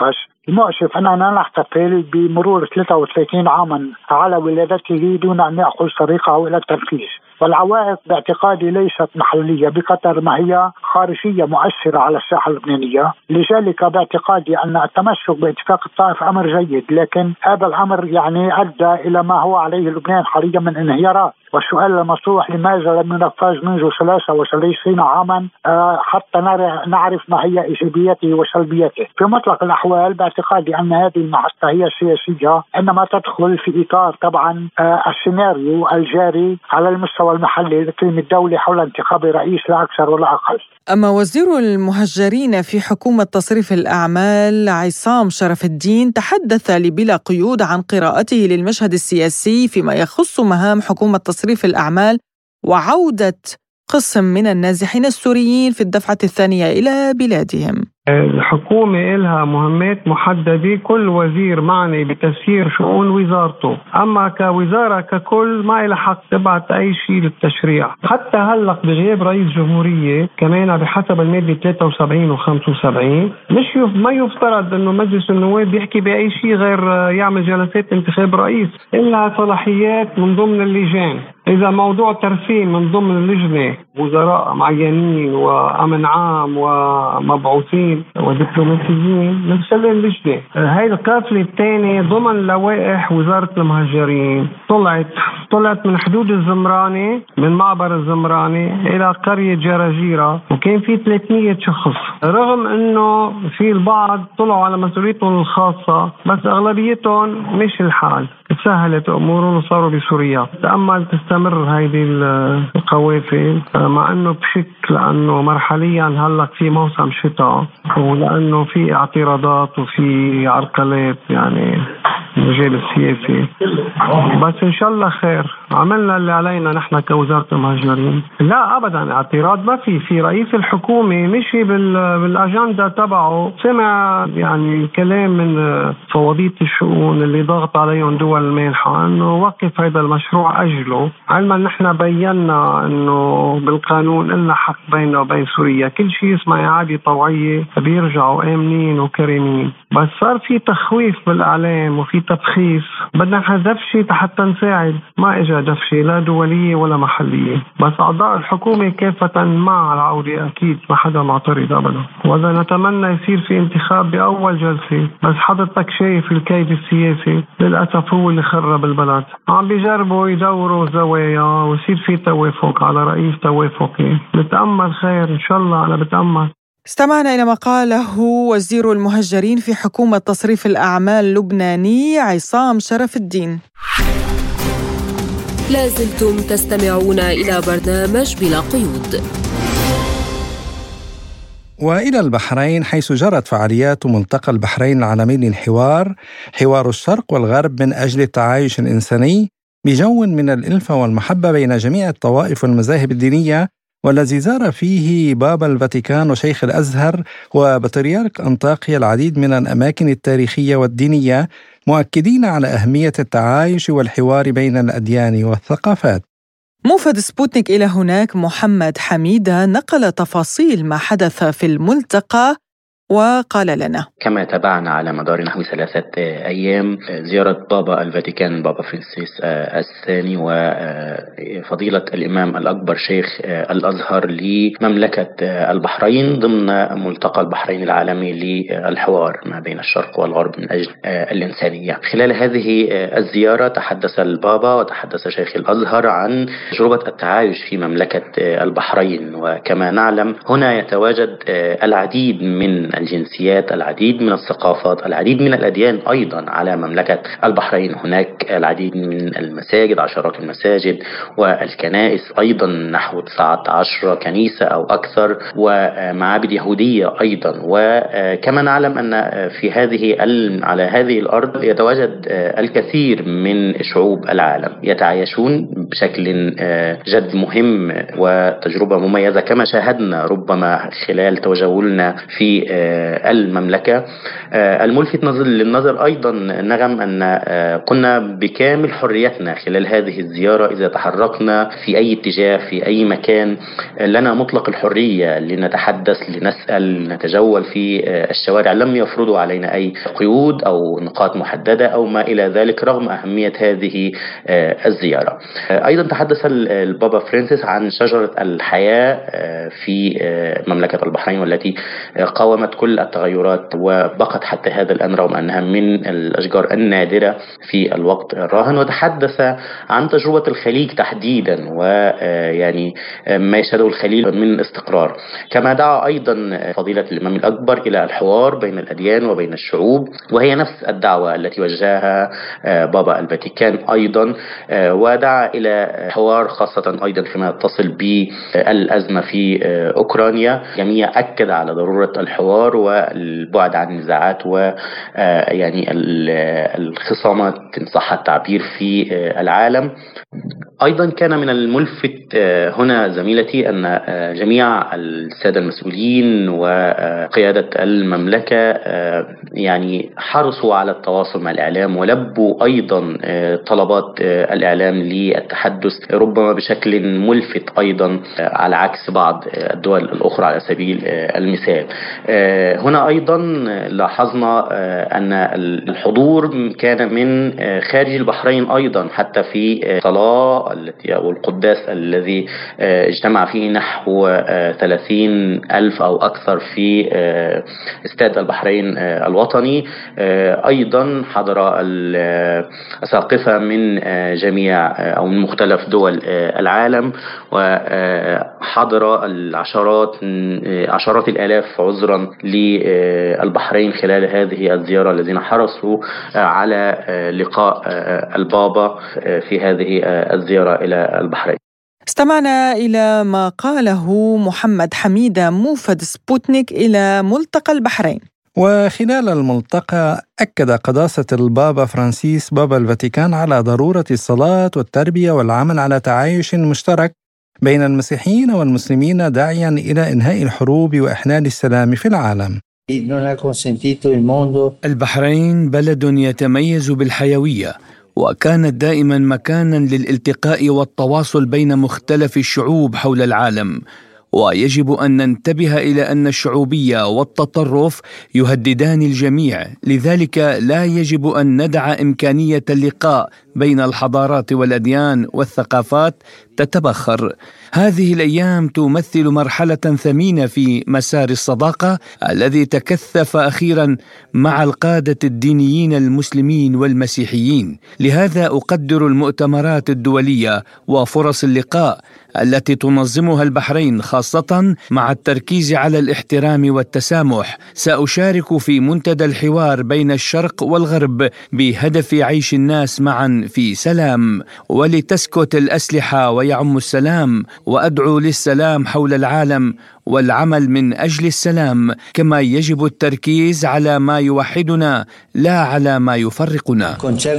المؤسف أننا نحتفل بمرور ثلاثة وثلاثين عاما على ولادته دون أن يأخذ طريقه إلى التنفيذ. والعوائق باعتقادي ليست محلية بقدر ما هي خارجية مؤثرة على الساحة اللبنانية. لذلك باعتقادي أن التمسك باتفاق الطائف أمر جيد، لكن هذا الأمر يعني أدى إلى ما هو عليه لبنان حاليا من انهيارات. والسؤال المطروح لماذا لم ينفذ منذ ثلاثة وثلاثين عاما حتى نعرف ما هي إيجابياته وسلبياته. في مطلق الأحوال باعتقادي أن هذه المحطة هي السياسية إنما تدخل في إطار طبعا السيناريو الجاري على المستوى المحلي لإقليم الدولة حول انتخاب رئيس لا أكثر ولا أقل. أما وزير المهجرين في حكومة تصريف الأعمال عصام شرف الدين تحدث لبلا قيود عن قراءته للمشهد السياسي فيما يخص مهام حكومة تصريف الأعمال وعودة قسم من النازحين السوريين في الدفعة الثانية إلى بلادهم. الحكومة إلها مهمات محددة، كل وزير معني بتسيير شؤون وزارته، أما كوزارة ككل ما إلها حق تبعت أي شيء للتشريع. حتى هلق بغياب رئيس جمهورية كمان بحسب المادة ثلاثة وسبعين و خمسة وسبعين مش يف... ما يفترض إنه مجلس النواب بيحكي بأي شيء غير يعمل جلسات انتخاب رئيس. إلها صلاحيات من ضمن اللجان. إذا موضوع ترفيه من ضمن اللجنة وزراء معينين وأمن عام ومبعوثين ودبلوماسيين نخلي اللجنة. هاي القافلة الثانية ضمن لوائح وزارة المهجرين طلعت طلعت من حدود الزمراني، من معبر الزمراني إلى قرية جراجيرة، وكان في ثلاثمية شخص. رغم إنه في البعض طلعوا على مسؤوليتهم الخاصة بس أغلبيتهم مش الحال، تسهلت أمورهم وصاروا بسوريا. تأمل تستمر هذه القوافل مع أنه بشكل لأنه مرحليا هلق في موسم شتاء ولأنه في اعتراضات وفي عرقلات يعني المجال السياسي، بس إن شاء الله خير. عملنا اللي علينا نحن كوزارة المهجرين. لا أبدا اعتراض ما في. في رئيس الحكومة مشي بالأجندة تبعه، سمع يعني كلام من فوضية الشؤون اللي ضغط عليهم دول المانحة أنه وقف هذا المشروع أجله، علما نحن بينا أنه بالقانون إلنا حق بيننا وبين سوريا، كل شيء اسمه إعادة طوعية بيرجعوا آمنين وكريمين. بس صار في تخويف بالإعلام وفي تبخيس، بدنا دفشة حتى نساعد. ما إجا دفشة لا دولية ولا محلية، بس أعضاء الحكومة كافة مع العودة أكيد، ما حدا معترض أبدا. وإذا نتمنى يصير في انتخاب بأول جلسة، بس حضرتك شايف الكيد السياسي للأسف هو اللي خرب البلد. عم بيجربوا يدوروا زوايا ويصير في توافق على رئيس توافقي. نتأمل خير إن شاء الله. أنا بتأمل. استمعنا إلى ما قاله وزير المهجرين في حكومة تصريف الأعمال اللبناني عصام شرف الدين. لازلتم تستمعون إلى برنامج بلا قيود. وإلى البحرين، حيث جرت فعاليات ملتقى البحرين العالمي للحوار، حوار الشرق والغرب من أجل التعايش الإنساني بجو من الألفة والمحبة بين جميع الطوائف والمذاهب الدينية، والذي زار فيه بابا الفاتيكان وشيخ الأزهر وبطريرك أنطاكيا العديد من الأماكن التاريخية والدينية، مؤكدين على أهمية التعايش والحوار بين الأديان والثقافات. موفد سبوتنيك إلى هناك محمد حميدة نقل تفاصيل ما حدث في الملتقى وقال لنا: كما تابعنا على مدار نحو ثلاثة أيام زيارة بابا الفاتيكان بابا فرانسيس الثاني وفضيلة الإمام الأكبر شيخ الأزهر لمملكة البحرين ضمن ملتقى البحرين العالمي للحوار ما بين الشرق والغرب من أجل الإنسانية. خلال هذه الزيارة تحدث البابا وتحدث شيخ الأزهر عن تجربة التعايش في مملكة البحرين، وكما نعلم هنا يتواجد العديد من الجنسيات، العديد من الثقافات، العديد من الأديان أيضا على مملكة البحرين. هناك العديد من المساجد، عشرات المساجد والكنائس، أيضا نحو تسعة عشر كنيسة أو أكثر، ومعابد يهودية أيضا. وكما نعلم أن في هذه على هذه الأرض يتواجد الكثير من شعوب العالم يتعايشون بشكل جد مهم وتجربة مميزة، كما شاهدنا ربما خلال تجولنا في المملكة. الملفت للنظر أيضا نغم أن كنا بكامل حريتنا خلال هذه الزيارة إذا تحركنا في أي اتجاه في أي مكان، لنا مطلق الحرية لنتحدث لنسأل نتجول في الشوارع، لم يفرضوا علينا أي قيود أو نقاط محددة أو ما إلى ذلك رغم أهمية هذه الزيارة. أيضا تحدث البابا فرانسيس عن شجرة الحياة في مملكة البحرين والتي قاومت كل التغيرات وبقت حتى هذا الآن رغم أنها من الأشجار النادرة في الوقت الراهن. وتحدث عن تجربة الخليج تحديدا ويعني ما يشهده الخليج من استقرار، كما دعا أيضا فضيلة الإمام الأكبر إلى الحوار بين الأديان وبين الشعوب، وهي نفس الدعوة التي وجهها بابا الفاتيكان أيضا، ودعا إلى حوار خاصة أيضا فيما يتصل بالأزمة في أوكرانيا. جميع أكد على ضرورة الحوار والبعد عن النزاعات ويعني الخصامات إن صح التعبير في العالم. أيضا كان من الملفت هنا زميلتي أن جميع السادة المسؤولين وقيادة المملكة يعني حرصوا على التواصل مع الإعلام ولبوا أيضا طلبات الإعلام للتحدث ربما بشكل ملفت أيضا على عكس بعض الدول الأخرى على سبيل المثال. هنا أيضا لاحظنا أن الحضور كان من خارج البحرين أيضا، حتى في صلاة التي أو القداس الذي اجتمع فيه نحو ثلاثين ألف أو أكثر في استاد البحرين الوطني. أيضا حضر الأساقفة من جميع أو من مختلف دول العالم، وحضر العشرات عشرات الآلاف عذرا للبحرين خلال هذه الزيارة الذين حرصوا على لقاء البابا في هذه الزيارة إلى البحرين. استمعنا إلى ما قاله محمد حميدة موفد سبوتنيك إلى ملتقى البحرين. وخلال الملتقى أكد قداسة البابا فرانسيس بابا الفاتيكان على ضرورة الصلاة والتربية والعمل على تعايش مشترك بين المسيحيين والمسلمين، داعيا إلى إنهاء الحروب وإحلال السلام في العالم. البحرين بلد يتميز بالحيوية، وكانت دائما مكانا للالتقاء والتواصل بين مختلف الشعوب حول العالم، ويجب أن ننتبه إلى أن الشعوبية والتطرف يهددان الجميع، لذلك لا يجب أن ندع إمكانية اللقاء بين الحضارات والأديان والثقافات تتبخر. هذه الأيام تمثل مرحلة ثمينة في مسار الصداقة الذي تكثف أخيرا مع القادة الدينيين المسلمين والمسيحيين. لهذا أقدر المؤتمرات الدولية وفرص اللقاء التي تنظمها البحرين، خاصة مع التركيز على الاحترام والتسامح. سأشارك في منتدى الحوار بين الشرق والغرب بهدف عيش الناس معا في سلام، ولتسكت الأسلحة ويعم السلام، وأدعو للسلام حول العالم والعمل من أجل السلام، كما يجب التركيز على ما يوحدنا لا على ما يفرقنا.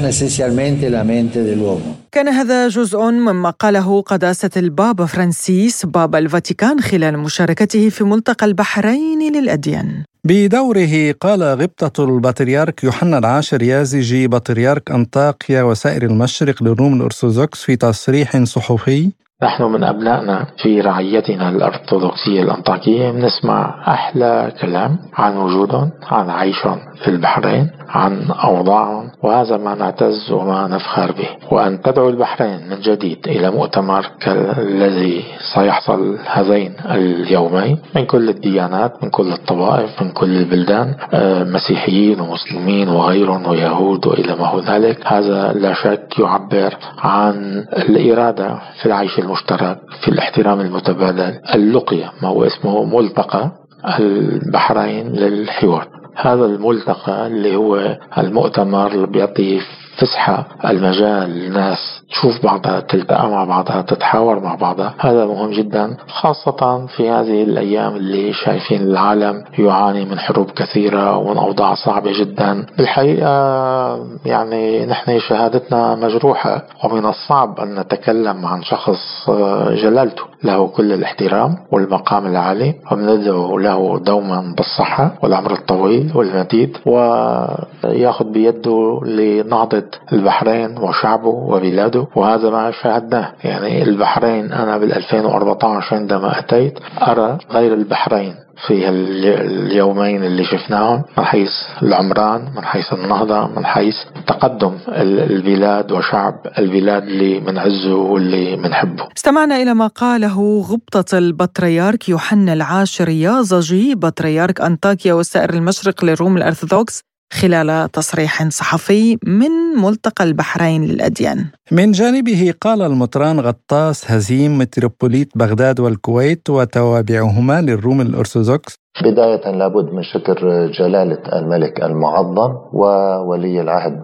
كان هذا جزء مما قاله قداسة البابا فرانسيس بابا الفاتيكان خلال مشاركته في ملتقى البحرين للأديان. بدوره قال غبطة البطريرك يوحنا العاشر يازجي بطريرك أنطاكيا وسائر المشرق للروم الأرثوذكس في تصريح صحفي: نحن من أبنائنا في رعيتنا الأرثوذكسية الأنطاكية بنسمع أحلى كلام عن وجودهم، عن عيشهم في البحرين، عن أوضاعهم، وهذا ما نعتز وما نفخر به. وأن تدعو البحرين من جديد إلى مؤتمر كالذي سيحصل هذين اليومين من كل الديانات، من كل الطوائف، من كل البلدان، مسيحيين ومسلمين وغيرهم ويهود وإلى ما هو ذلك، هذا لا شك يعبر عن الإرادة في العيش المشترك، في الاحترام المتبادل، اللقية، ما هو اسمه ملتقى البحرين للحوار. هذا الملتقى اللي هو المؤتمر اللي بيعطي فسحة المجال للناس تشوف بعضها، تلتقى مع بعضها، تتحاور مع بعضها. هذا مهم جدا، خاصة في هذه الأيام اللي شايفين العالم يعاني من حروب كثيرة ومن أوضاع صعبة جدا. بالحقيقة يعني نحن شهادتنا مجروحة، ومن الصعب أن نتكلم عن شخص جلالته له كل الاحترام والمقام العالي، وبندعو له دوما بالصحة والعمر الطويل والمديد، ويأخذ بيده لنهضة البحرين وشعبه وبلاده. وهذا ما شاهدناه، يعني البحرين أنا بالألفين وأربعة عشر عندما أتيت أرى غير البحرين في اليومين اللي شفناهم من حيث العمران، من حيث النهضة، من حيث تقدم البلاد وشعب البلاد اللي منعزه واللي منحبه. استمعنا إلى ما قاله غبطة البطريرك يوحنا العاشر يازجي بطريرك أنطاكيا وسائر المشرق للروم الأرثوذكس خلال تصريح صحفي من ملتقى البحرين للأديان. من جانبه قال المطران غطاس هزيم متروبوليت بغداد والكويت وتوابعهما للروم الأرثوذكس: بداية لابد من شكر جلالة الملك المعظم وولي العهد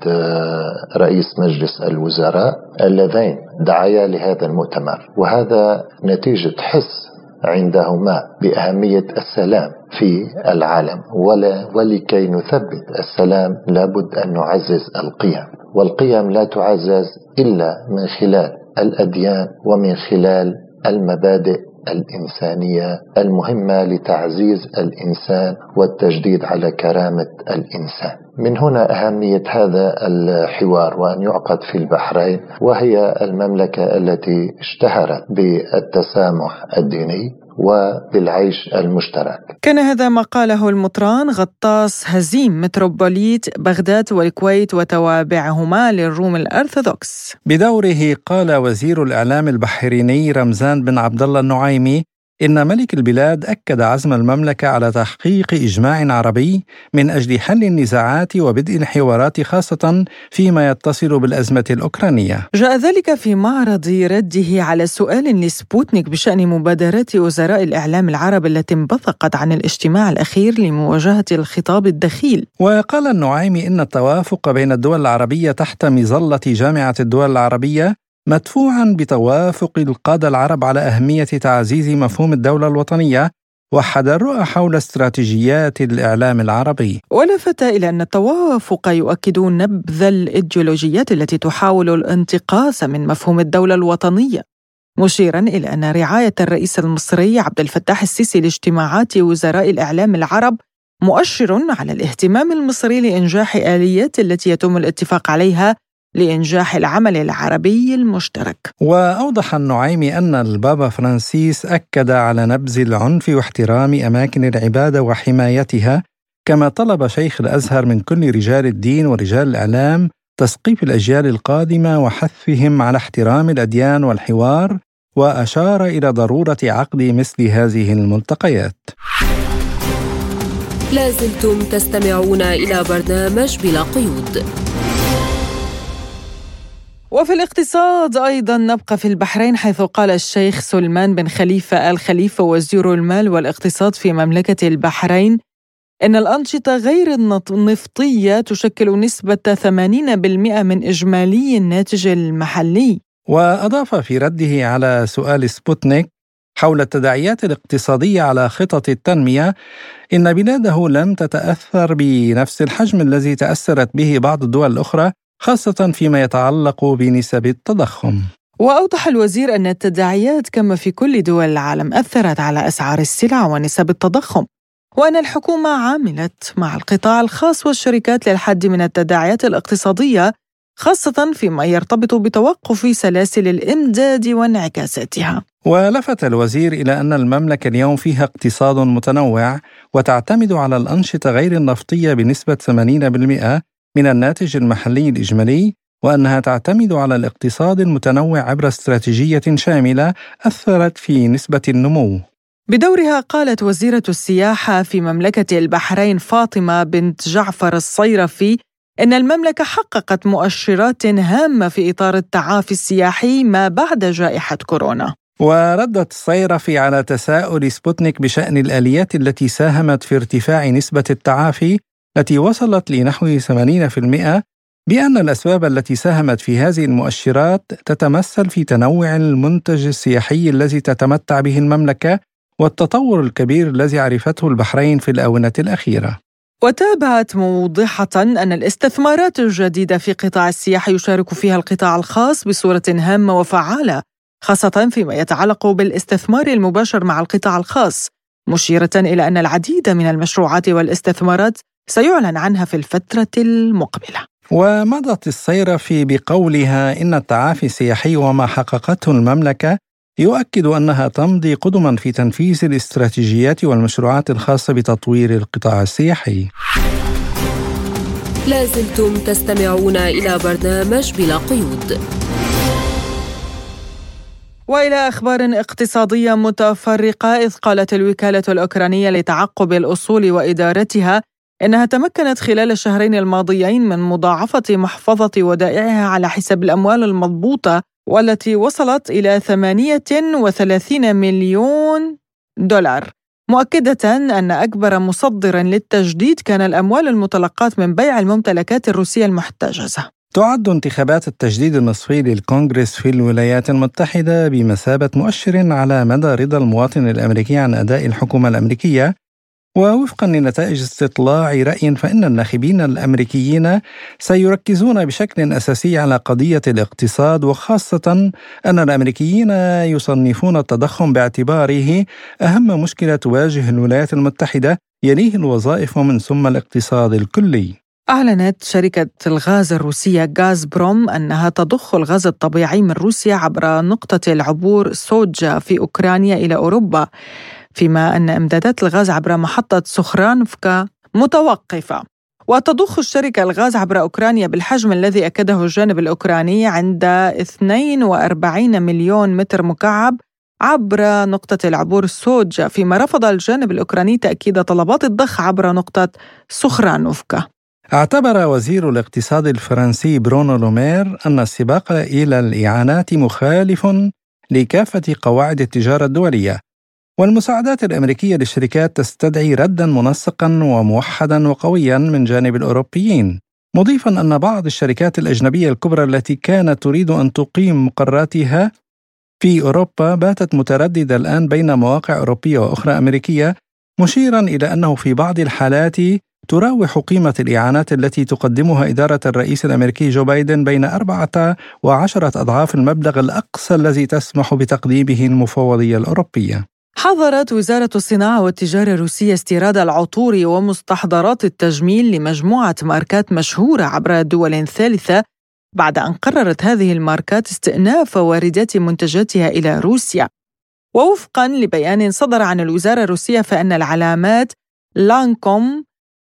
رئيس مجلس الوزراء اللذين دعايا لهذا المؤتمر، وهذا نتيجة حس عندهما بأهمية السلام في العالم، ولا ولكي نثبت السلام لابد أن نعزز القيم، والقيم لا تعزز إلا من خلال الأديان ومن خلال المبادئ الإنسانية المهمة لتعزيز الإنسان والتجديد على كرامة الإنسان. من هنا أهمية هذا الحوار وأن يعقد في البحرين، وهي المملكة التي اشتهرت بالتسامح الديني وبالعيش المشترك. كان هذا ما قاله المطران غطاس هزيم متروبوليت بغداد والكويت وتوابعهما للروم الأرثوذكس. بدوره قال وزير الإعلام البحريني رمزان بن عبد الله النعيمي إن ملك البلاد أكد عزم المملكة على تحقيق إجماع عربي من أجل حل النزاعات وبدء الحوارات، خاصة فيما يتصل بالأزمة الأوكرانية. جاء ذلك في معرض رده على سؤال لسبوتنيك بشأن مبادرات وزراء الإعلام العرب التي انبثقت عن الاجتماع الأخير لمواجهة الخطاب الدخيل. وقال النعيمي إن التوافق بين الدول العربية تحت مظلة جامعة الدول العربية مدفوعاً بتوافق القادة العرب على أهمية تعزيز مفهوم الدولة الوطنية وحد الرؤى حول استراتيجيات الإعلام العربي. ولفت إلى أن التوافق يؤكد نبذ الإيديولوجيات التي تحاول الانتقاص من مفهوم الدولة الوطنية، مشيراً إلى أن رعاية الرئيس المصري عبد الفتاح السيسي لاجتماعات وزراء الإعلام العرب مؤشر على الاهتمام المصري لإنجاح آليات التي يتم الاتفاق عليها لإنجاح العمل العربي المشترك. وأوضح النعيمي أن البابا فرانسيس أكد على نبذ العنف واحترام أماكن العبادة وحمايتها، كما طلب شيخ الأزهر من كل رجال الدين ورجال الإعلام تثقيف الأجيال القادمة وحثهم على احترام الأديان والحوار، وأشار إلى ضرورة عقد مثل هذه الملتقيات. لازلتم تستمعون إلى برنامج بلا قيود. وفي الاقتصاد أيضا نبقى في البحرين، حيث قال الشيخ سلمان بن خليفة آل خليفة وزير المال والاقتصاد في مملكة البحرين إن الأنشطة غير النفطية تشكل نسبة ثمانين بالمئة من إجمالي الناتج المحلي. وأضاف في رده على سؤال سبوتنيك حول التداعيات الاقتصادية على خطط التنمية إن بلاده لم تتأثر بنفس الحجم الذي تأثرت به بعض الدول الأخرى، خاصة فيما يتعلق بنسب التضخم. وأوضح الوزير أن التداعيات كما في كل دول العالم أثرت على أسعار السلع ونسب التضخم، وأن الحكومة عملت مع القطاع الخاص والشركات للحد من التداعيات الاقتصادية، خاصة فيما يرتبط بتوقف سلاسل الإمداد وانعكاساتها. ولفت الوزير إلى أن المملكة اليوم فيها اقتصاد متنوع وتعتمد على الأنشطة غير النفطية بنسبة ثمانين بالمئة من الناتج المحلي الإجمالي، وأنها تعتمد على الاقتصاد المتنوع عبر استراتيجية شاملة أثرت في نسبة النمو. بدورها قالت وزيرة السياحة في مملكة البحرين فاطمة بنت جعفر الصيرفي إن المملكة حققت مؤشرات هامة في إطار التعافي السياحي ما بعد جائحة كورونا. وردت الصيرفي على تساؤل سبوتنيك بشأن الآليات التي ساهمت في ارتفاع نسبة التعافي التي وصلت لنحو ثمانين بالمئة، بأن الأسباب التي ساهمت في هذه المؤشرات تتمثل في تنوع المنتج السياحي الذي تتمتع به المملكة والتطور الكبير الذي عرفته البحرين في الآونة الأخيرة. وتابعت موضحة أن الاستثمارات الجديدة في قطاع السياحة يشارك فيها القطاع الخاص بصورة هامة وفعالة، خاصة فيما يتعلق بالاستثمار المباشر مع القطاع الخاص، مشيرة إلى أن العديد من المشروعات والاستثمارات سيعلن عنها في الفترة المقبلة. ومضت الصيرفي بقولها إن التعافي السياحي وما حققته المملكة يؤكد أنها تمضي قدما في تنفيذ الاستراتيجيات والمشروعات الخاصة بتطوير القطاع السياحي. لازلتم تستمعون إلى برنامج بلا قيود. وإلى أخبار اقتصادية متفرقة، إذ قالت الوكالة الأوكرانية لتعقب الأصول وإدارتها إنها تمكنت خلال الشهرين الماضيين من مضاعفة محفظة ودائعها على حساب الأموال المضبوطة، والتي وصلت إلى ثمانية وثلاثين مليون دولار، مؤكدة أن أكبر مصدر للتجديد كان الأموال المتلقاة من بيع الممتلكات الروسية المحتجزة. تعد انتخابات التجديد النصفي للكونغرس في الولايات المتحدة بمثابة مؤشر على مدى رضا المواطن الأمريكي عن أداء الحكومة الأمريكية. ووفقا لنتائج استطلاع رأي، فإن الناخبين الأمريكيين سيركزون بشكل أساسي على قضية الاقتصاد، وخاصة أن الأمريكيين يصنفون التضخم باعتباره أهم مشكلة تواجه الولايات المتحدة، يليه الوظائف ومن ثم الاقتصاد الكلي. أعلنت شركة الغاز الروسية غازبروم أنها تضخ الغاز الطبيعي من روسيا عبر نقطة العبور سوجا في أوكرانيا إلى أوروبا، فيما أن إمدادات الغاز عبر محطة سخرانفكا متوقفة. وتضخ الشركة الغاز عبر أوكرانيا بالحجم الذي أكده الجانب الأوكراني عند اثنين وأربعين مليون متر مكعب عبر نقطة العبور سوجا، فيما رفض الجانب الأوكراني تأكيد طلبات الضخ عبر نقطة سخرانفكا. اعتبر وزير الاقتصاد الفرنسي برونو لومير أن السباق إلى الإعانات مخالف لكافة قواعد التجارة الدولية، والمساعدات الأمريكية للشركات تستدعي ردا منسقا وموحدا وقويا من جانب الأوروبيين، مضيفا أن بعض الشركات الأجنبية الكبرى التي كانت تريد أن تقيم مقراتها في أوروبا باتت مترددة الآن بين مواقع أوروبية وأخرى أمريكية، مشيرا إلى أنه في بعض الحالات تراوح قيمة الإعانات التي تقدمها إدارة الرئيس الأمريكي جو بايدن بين أربعة وعشرة أضعاف المبلغ الأقصى الذي تسمح بتقديمه المفوضية الأوروبية. حظرت وزارة الصناعة والتجارة الروسية استيراد العطور ومستحضرات التجميل لمجموعة ماركات مشهورة عبر دول ثالثة، بعد أن قررت هذه الماركات استئناف واردات منتجاتها إلى روسيا. ووفقا لبيان صدر عن الوزارة الروسية، فإن العلامات لانكوم،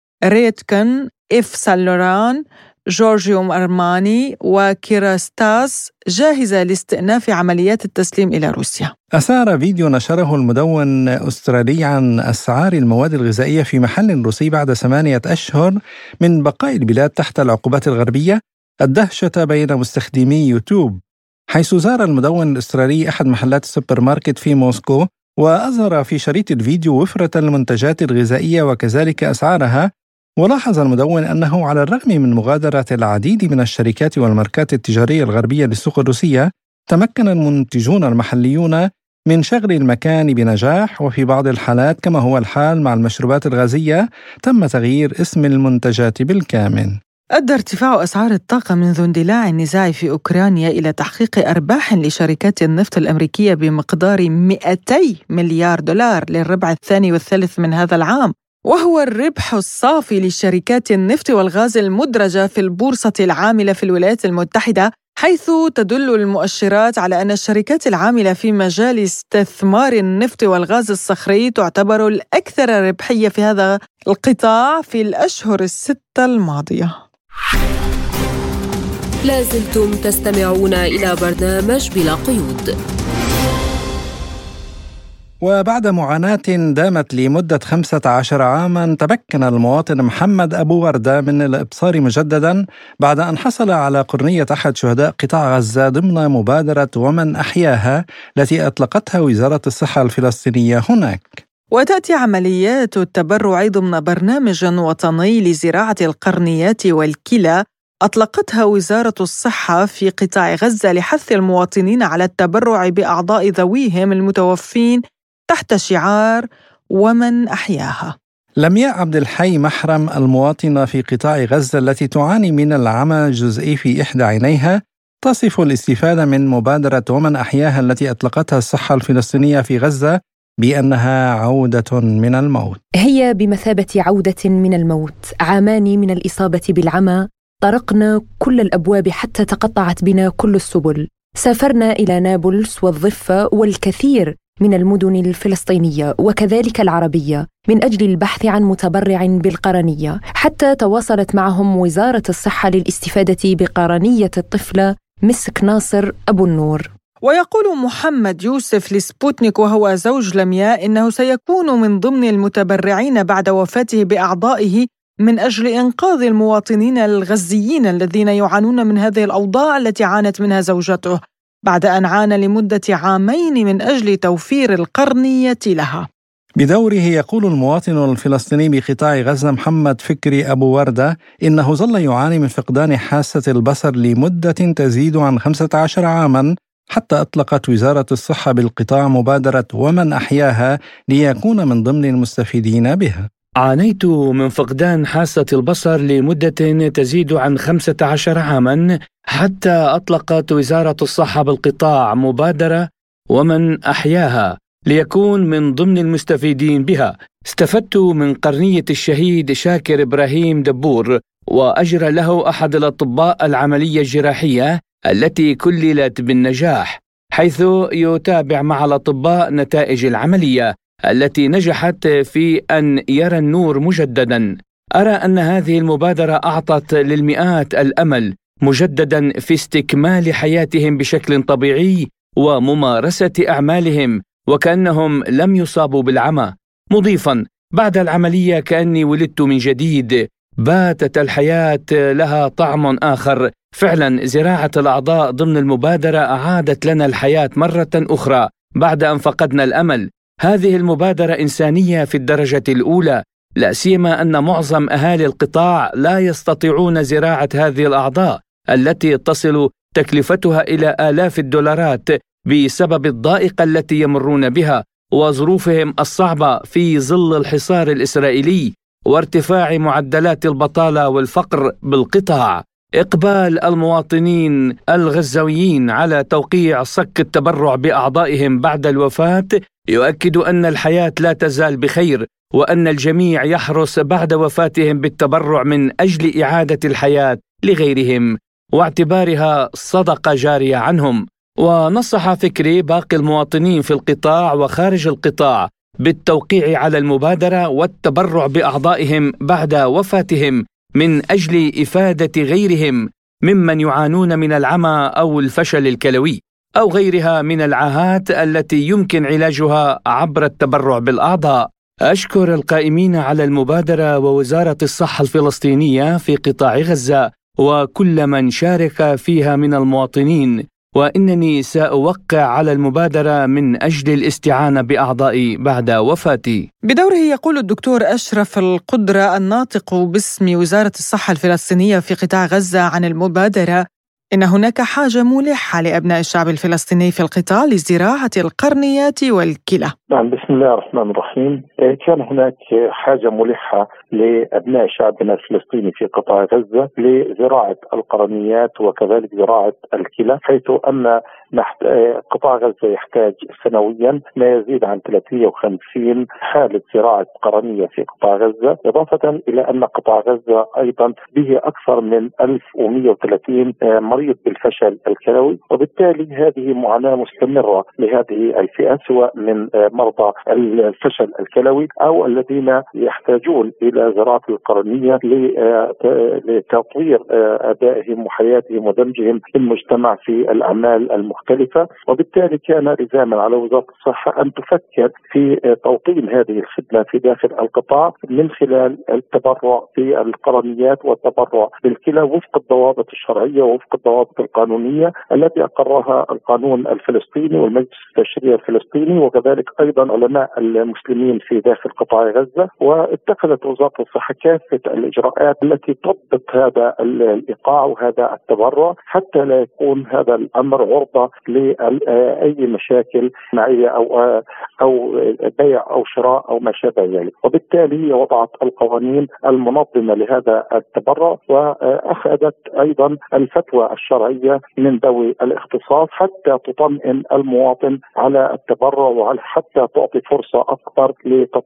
ريتكن، إف سان-لوران، جورجيوم أرماني وكيراستاس جاهزة لاستئناف عمليات التسليم إلى روسيا. أثار فيديو نشره المدون أسترالي عن أسعار المواد الغذائية في محل روسي بعد ثمانية أشهر من بقاء البلاد تحت العقوبات الغربية الدهشة بين مستخدمي يوتيوب، حيث زار المدون الأسترالي أحد محلات السوبر ماركت في موسكو، وأظهر في شريط الفيديو وفرة المنتجات الغذائية وكذلك أسعارها. ولاحظ المدون أنه على الرغم من مغادرة العديد من الشركات والماركات التجارية الغربية للسوق الروسية، تمكن المنتجون المحليون من شغل المكان بنجاح، وفي بعض الحالات كما هو الحال مع المشروبات الغازية تم تغيير اسم المنتجات بالكامل. أدى ارتفاع أسعار الطاقة منذ اندلاع النزاع في أوكرانيا إلى تحقيق أرباح لشركات النفط الأمريكية بمقدار مئتي مليار دولار للربع الثاني والثالث من هذا العام، وهو الربح الصافي لشركات النفط والغاز المدرجة في البورصة العاملة في الولايات المتحدة، حيث تدل المؤشرات على أن الشركات العاملة في مجال استثمار النفط والغاز الصخري تعتبر الأكثر ربحية في هذا القطاع في الأشهر الستة الماضية. لازلتم تستمعون إلى برنامج بلا قيود. وبعد معاناة دامت لمدة خمسة عشر عاما، تمكن المواطن محمد أبو وردة من الإبصار مجددا بعد أن حصل على قرنية أحد شهداء قطاع غزة ضمن مبادرة ومن أحياها التي أطلقتها وزارة الصحة الفلسطينية هناك. وتأتي عمليات التبرع ضمن برنامج وطني لزراعة القرنيات والكلى أطلقتها وزارة الصحة في قطاع غزة لحث المواطنين على التبرع بأعضاء ذويهم المتوفين تحت شعار ومن أحياها. لمياء عبد الحي محرم المواطنة في قطاع غزة التي تعاني من العمى الجزئي في إحدى عينيها تصف الاستفادة من مبادرة ومن أحياها التي أطلقتها الصحة الفلسطينية في غزة بأنها عودة من الموت. هي بمثابة عودة من الموت. عامان من الإصابة بالعمى، طرقنا كل الأبواب حتى تقطعت بنا كل السبل. سافرنا إلى نابلس والضفة والكثير من المدن الفلسطينية وكذلك العربية من أجل البحث عن متبرع بالقرنية، حتى تواصلت معهم وزارة الصحة للاستفادة بقرنية الطفلة مسك ناصر أبو النور. ويقول محمد يوسف لسبوتنيك وهو زوج لمياء إنه سيكون من ضمن المتبرعين بعد وفاته بأعضائه من أجل إنقاذ المواطنين الغزيين الذين يعانون من هذه الأوضاع التي عانت منها زوجته بعد أن عانى لمدة عامين من أجل توفير القرنية لها. بدوره يقول المواطن الفلسطيني بقطاع غزة محمد فكري أبو وردة إنه ظل يعاني من فقدان حاسة البصر لمدة تزيد عن خمسة عشر عاماً، حتى أطلقت وزارة الصحة بالقطاع مبادرة ومن أحياها ليكون من ضمن المستفيدين بها. عانيت من فقدان حاسة البصر لمدة تزيد عن خمسة عشر عاماً، حتى أطلقت وزارة الصحة بالقطاع مبادرة ومن أحياها ليكون من ضمن المستفيدين بها. استفدت من قرنية الشهيد شاكر إبراهيم دبور، وأجرى له أحد الأطباء العملية الجراحية التي كللت بالنجاح، حيث يتابع مع الأطباء نتائج العملية التي نجحت في أن يرى النور مجددا. أرى أن هذه المبادرة أعطت للمئات الأمل مجددا في استكمال حياتهم بشكل طبيعي وممارسة أعمالهم وكأنهم لم يصابوا بالعمى، مضيفا بعد العملية كأني ولدت من جديد، باتت الحياة لها طعم آخر. فعلا زراعة الأعضاء ضمن المبادرة أعادت لنا الحياة مرة أخرى بعد أن فقدنا الأمل. هذه المبادرة إنسانية في الدرجة الأولى، لا سيما أن معظم أهالي القطاع لا يستطيعون زراعة هذه الأعضاء التي تصل تكلفتها إلى آلاف الدولارات بسبب الضائقة التي يمرون بها وظروفهم الصعبة في ظل الحصار الإسرائيلي وارتفاع معدلات البطالة والفقر بالقطاع. إقبال المواطنين الغزاويين على توقيع صك التبرع بأعضائهم بعد الوفاة يؤكد أن الحياة لا تزال بخير، وأن الجميع يحرص بعد وفاتهم بالتبرع من أجل إعادة الحياة لغيرهم واعتبارها صدقة جارية عنهم. ونصح فكري باقي المواطنين في القطاع وخارج القطاع بالتوقيع على المبادرة والتبرع بأعضائهم بعد وفاتهم من أجل إفادة غيرهم ممن يعانون من العمى أو الفشل الكلوي أو غيرها من العاهات التي يمكن علاجها عبر التبرع بالأعضاء. أشكر القائمين على المبادرة ووزارة الصحة الفلسطينية في قطاع غزة وكل من شارك فيها من المواطنين، وإنني سأوقع على المبادرة من أجل الاستعانة بأعضائي بعد وفاتي. بدوره يقول الدكتور أشرف القدرة الناطق باسم وزارة الصحة الفلسطينية في قطاع غزة عن المبادرة إن هناك حاجة ملحة لأبناء الشعب الفلسطيني في القطاع لزراعة القرنيات والكلى. نعم، بسم الله الرحمن الرحيم. كان هناك حاجة ملحة لأبناء شعبنا الفلسطيني في قطاع غزة لزراعة القرنيات وكذلك زراعة الكلى، حيث أن قطاع غزة يحتاج سنويا ما يزيد عن ثلاثمئة وخمسين حالة زراعة قرنية في قطاع غزة، إضافة إلى أن قطاع غزة أيضا به أكثر من ألف ومئة وثلاثين مريض بالفشل الكلوي، وبالتالي هذه معاناة مستمرة لهذه الفئة سواء من مرضى الفشل الكلوي أو الذين يحتاجون إلى زراعة القرنية لتطوير أدائهم وحياتهم ودمجهم في المجتمع في الأعمال المختلفة. وبالتالي كان لزاما على وزارة الصحة أن تفكر في توطين هذه الخدمة في داخل القطاع من خلال التبرع بالقرنيات والتبرع بالكلى وفق الضوابط الشرعية ووفق الضوابط القانونية التي أقرها القانون الفلسطيني والمجلس التشريعي الفلسطيني وكذلك أيضا علماء المسلمين في داخل قطاع غزة. واتخذت وزارة الصحة كافة الإجراءات التي تضبط هذا الإيقاع وهذا التبرع حتى لا يكون هذا الأمر عرضة لأي مشاكل معية أو أو بيع أو شراء أو ما شابه ذلك. وبالتالي هي وضعت القوانين المنظمة لهذا التبرع، وأخذت أيضا الفتوى الشرعية من ذوي الاختصاص حتى تطمئن المواطن على التبرع، وحتى تعطي فرصة أكبر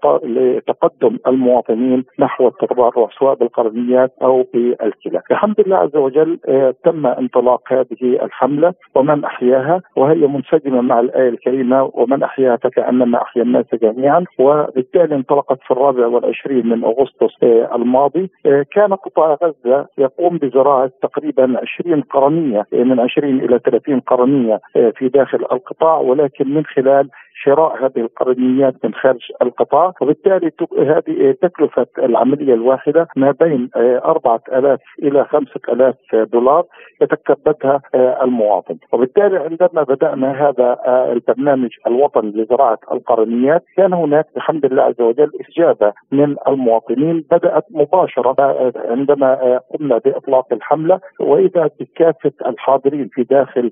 لتقدم المواطنين نحو التبرع سواء بالقرنيات أو بالكلى. الحمد لله عز وجل تم انطلاق هذه الحملة، ومن أحياها وهي منسجمة مع الآية الكريمة ومن أحياها فكأنما أحيا الناس جميعا. وبالتالي انطلقت في الرابع والعشرين من أغسطس الماضي. كان قطاع غزة يقوم بزراعة تقريبا عشرين قرنية، من عشرين إلى ثلاثين قرنية في داخل القطاع، ولكن من خلال شراء هذه القرنيات من خارج القطاع. وبالتالي هذه تكلفة العملية الواحدة ما بين أربعة آلاف إلى خمسة آلاف دولار يتكبدها المواطن. وبالتالي عندما بدأنا هذا البرنامج الوطني لزراعة القرنيات كان هناك بحمد الله عز وجل استجابة من المواطنين، بدأت مباشرة عندما قمنا بإطلاق الحملة، وإذا بكافة الحاضرين في داخل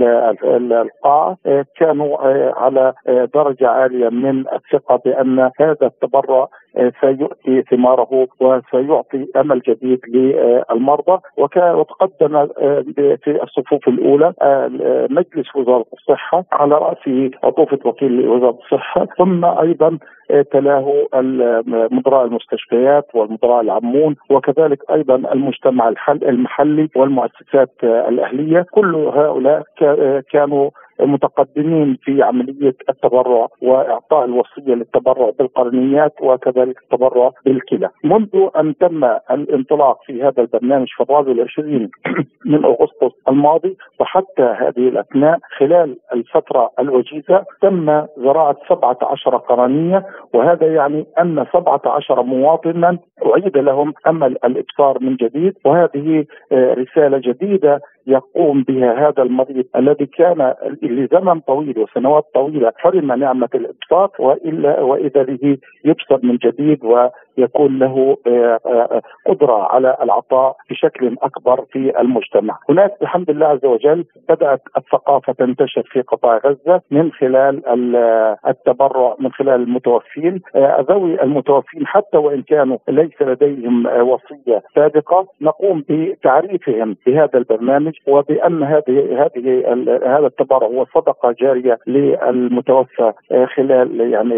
القاعة كانوا على درجة عالية من الثقة بأن هذا التبرع سيؤتي ثماره وسيعطي أمل جديد للمرضى. وتقدم في الصفوف الأولى مجلس وزارة الصحة على رأسه عطوفة وكيل وزارة الصحة، ثم أيضا تلاه مدراء المستشفيات والمدراء العامون، وكذلك أيضا المجتمع المحلي والمؤسسات الأهلية. كل هؤلاء كانوا متقدمين في عملية التبرع وإعطاء الوصية للتبرع بالقرنيات وكذلك التبرع بالكلى. منذ أن تم الانطلاق في هذا البرنامج في الرابع والعشرين من أغسطس الماضي وحتى هذه الأثناء خلال الفترة الوجيزة تم زراعة سبعة عشر قرنية، وهذا يعني أن سبعة عشر مواطنا أعيد لهم أمل الإبصار من جديد. وهذه رسالة جديدة يقوم بها هذا المريض الذي كان لزمن طويل وسنوات طويلة حرم نعمة الإبصار، وإلا وإذا به يبصر من جديد ويكون له قدرة على العطاء بشكل أكبر في المجتمع. هناك بحمد الله عز وجل بدأت الثقافة تنتشر في قطاع غزة من خلال التبرع من خلال المتوفين. ذوي المتوفين حتى وإن كانوا ليس لديهم وصية سابقة نقوم بتعريفهم بهذا البرنامج، وبأن هذه هذه هذا التبرع هو صدقة جارية للمتوفى خلال يعني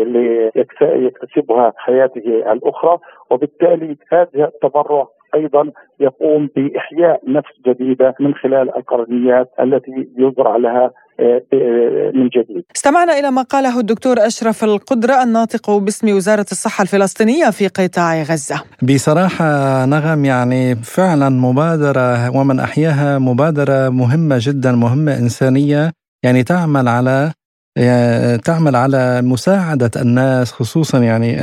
ليكتسبها حياته الأخرى. وبالتالي هذا التبرع أيضا يقوم بإحياء نفس جديدة من خلال القرنيات التي يزرع لها من جديد. استمعنا إلى ما قاله الدكتور أشرف القدرة الناطق باسم وزارة الصحة الفلسطينية في قطاع غزة. بصراحة نغم يعني فعلا مبادرة ومن أحياها مبادرة مهمة جدا، مهمة إنسانية، يعني تعمل على تعمل على مساعدة الناس خصوصا يعني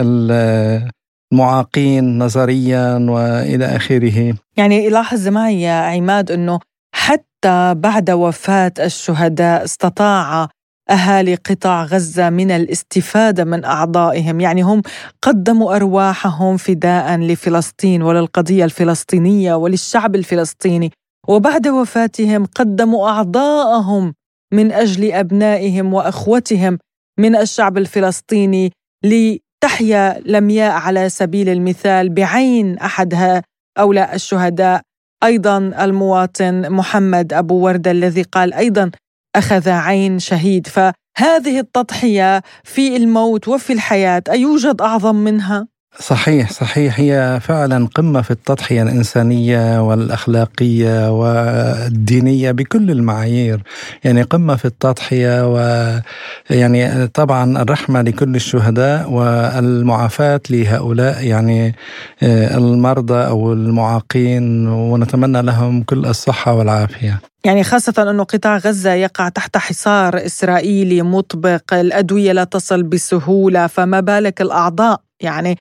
المعاقين نظريا وإلى آخره. يعني لاحظ معي يا عماد أنه حتى بعد وفاة الشهداء استطاع أهالي قطاع غزة من الاستفادة من أعضائهم، يعني هم قدموا أرواحهم فداء لفلسطين وللقضية الفلسطينية وللشعب الفلسطيني، وبعد وفاتهم قدموا أعضائهم من أجل أبنائهم وأخوتهم من الشعب الفلسطيني لتحيا لمياء على سبيل المثال بعين أحد هؤلاء الشهداء. أيضا المواطن محمد أبو وردة الذي قال أيضا أخذ عين شهيد. فهذه التضحية في الموت وفي الحياة أيوجد أعظم منها؟ صحيح صحيح، هي فعلا قمة في التضحية الإنسانية والأخلاقية والدينية بكل المعايير، يعني قمة في التضحية، ويعني طبعا الرحمة لكل الشهداء والمعافاة لهؤلاء يعني المرضى أو المعاقين، ونتمنى لهم كل الصحة والعافية. يعني خاصة أنه قطاع غزة يقع تحت حصار إسرائيلي مطبق، الأدوية لا تصل بسهولة، فما بالك الأعضاء. يعني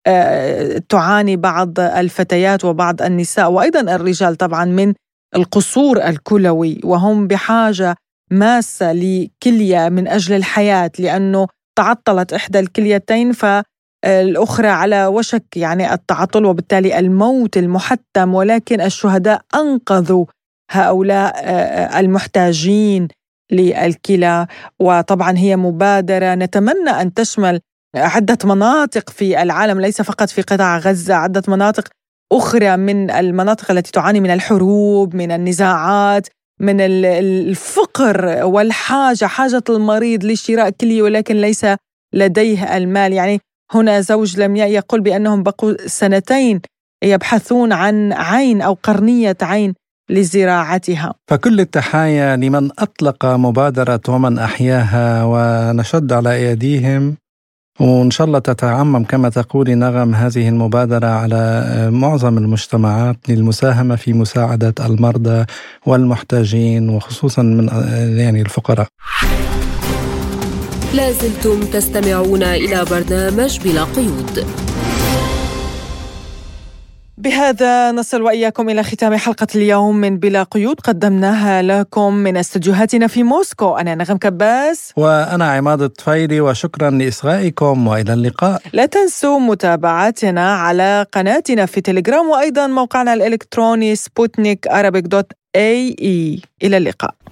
تعاني بعض الفتيات وبعض النساء وأيضا الرجال طبعا من القصور الكلوي، وهم بحاجة ماسة لكلية من أجل الحياة، لأنه تعطلت إحدى الكليتين فالأخرى على وشك يعني التعطل وبالتالي الموت المحتم. ولكن الشهداء أنقذوا هؤلاء المحتاجين للكلى. وطبعا هي مبادرة نتمنى أن تشمل عدة مناطق في العالم، ليس فقط في قطاع غزة، عدة مناطق أخرى من المناطق التي تعاني من الحروب، من النزاعات، من الفقر والحاجة، حاجة المريض لشراء كلية ولكن ليس لديه المال. يعني هنا زوج لمياء يقول بأنهم بقوا سنتين يبحثون عن عين أو قرنية عين لزراعتها. فكل التحايا لمن أطلق مبادرة ومن أحياها، ونشد على أيديهم، وإن شاء الله تتعمم كما تقولي نغم هذه المبادرة على معظم المجتمعات للمساهمة في مساعدة المرضى والمحتاجين، وخصوصا من يعني الفقراء. لازلتم تستمعون إلى برنامج بلا قيود. بهذا نصل وإياكم إلى ختام حلقة اليوم من بلا قيود، قدمناها لكم من استديوهاتنا في موسكو. أنا نغم كباس وأنا عماد الطفيلي، وشكرا لإصغائكم وإلى اللقاء. لا تنسوا متابعتنا على قناتنا في تليجرام، وأيضا موقعنا الإلكتروني سبوتنيك أرابيك دوت إيه إي. إلى اللقاء.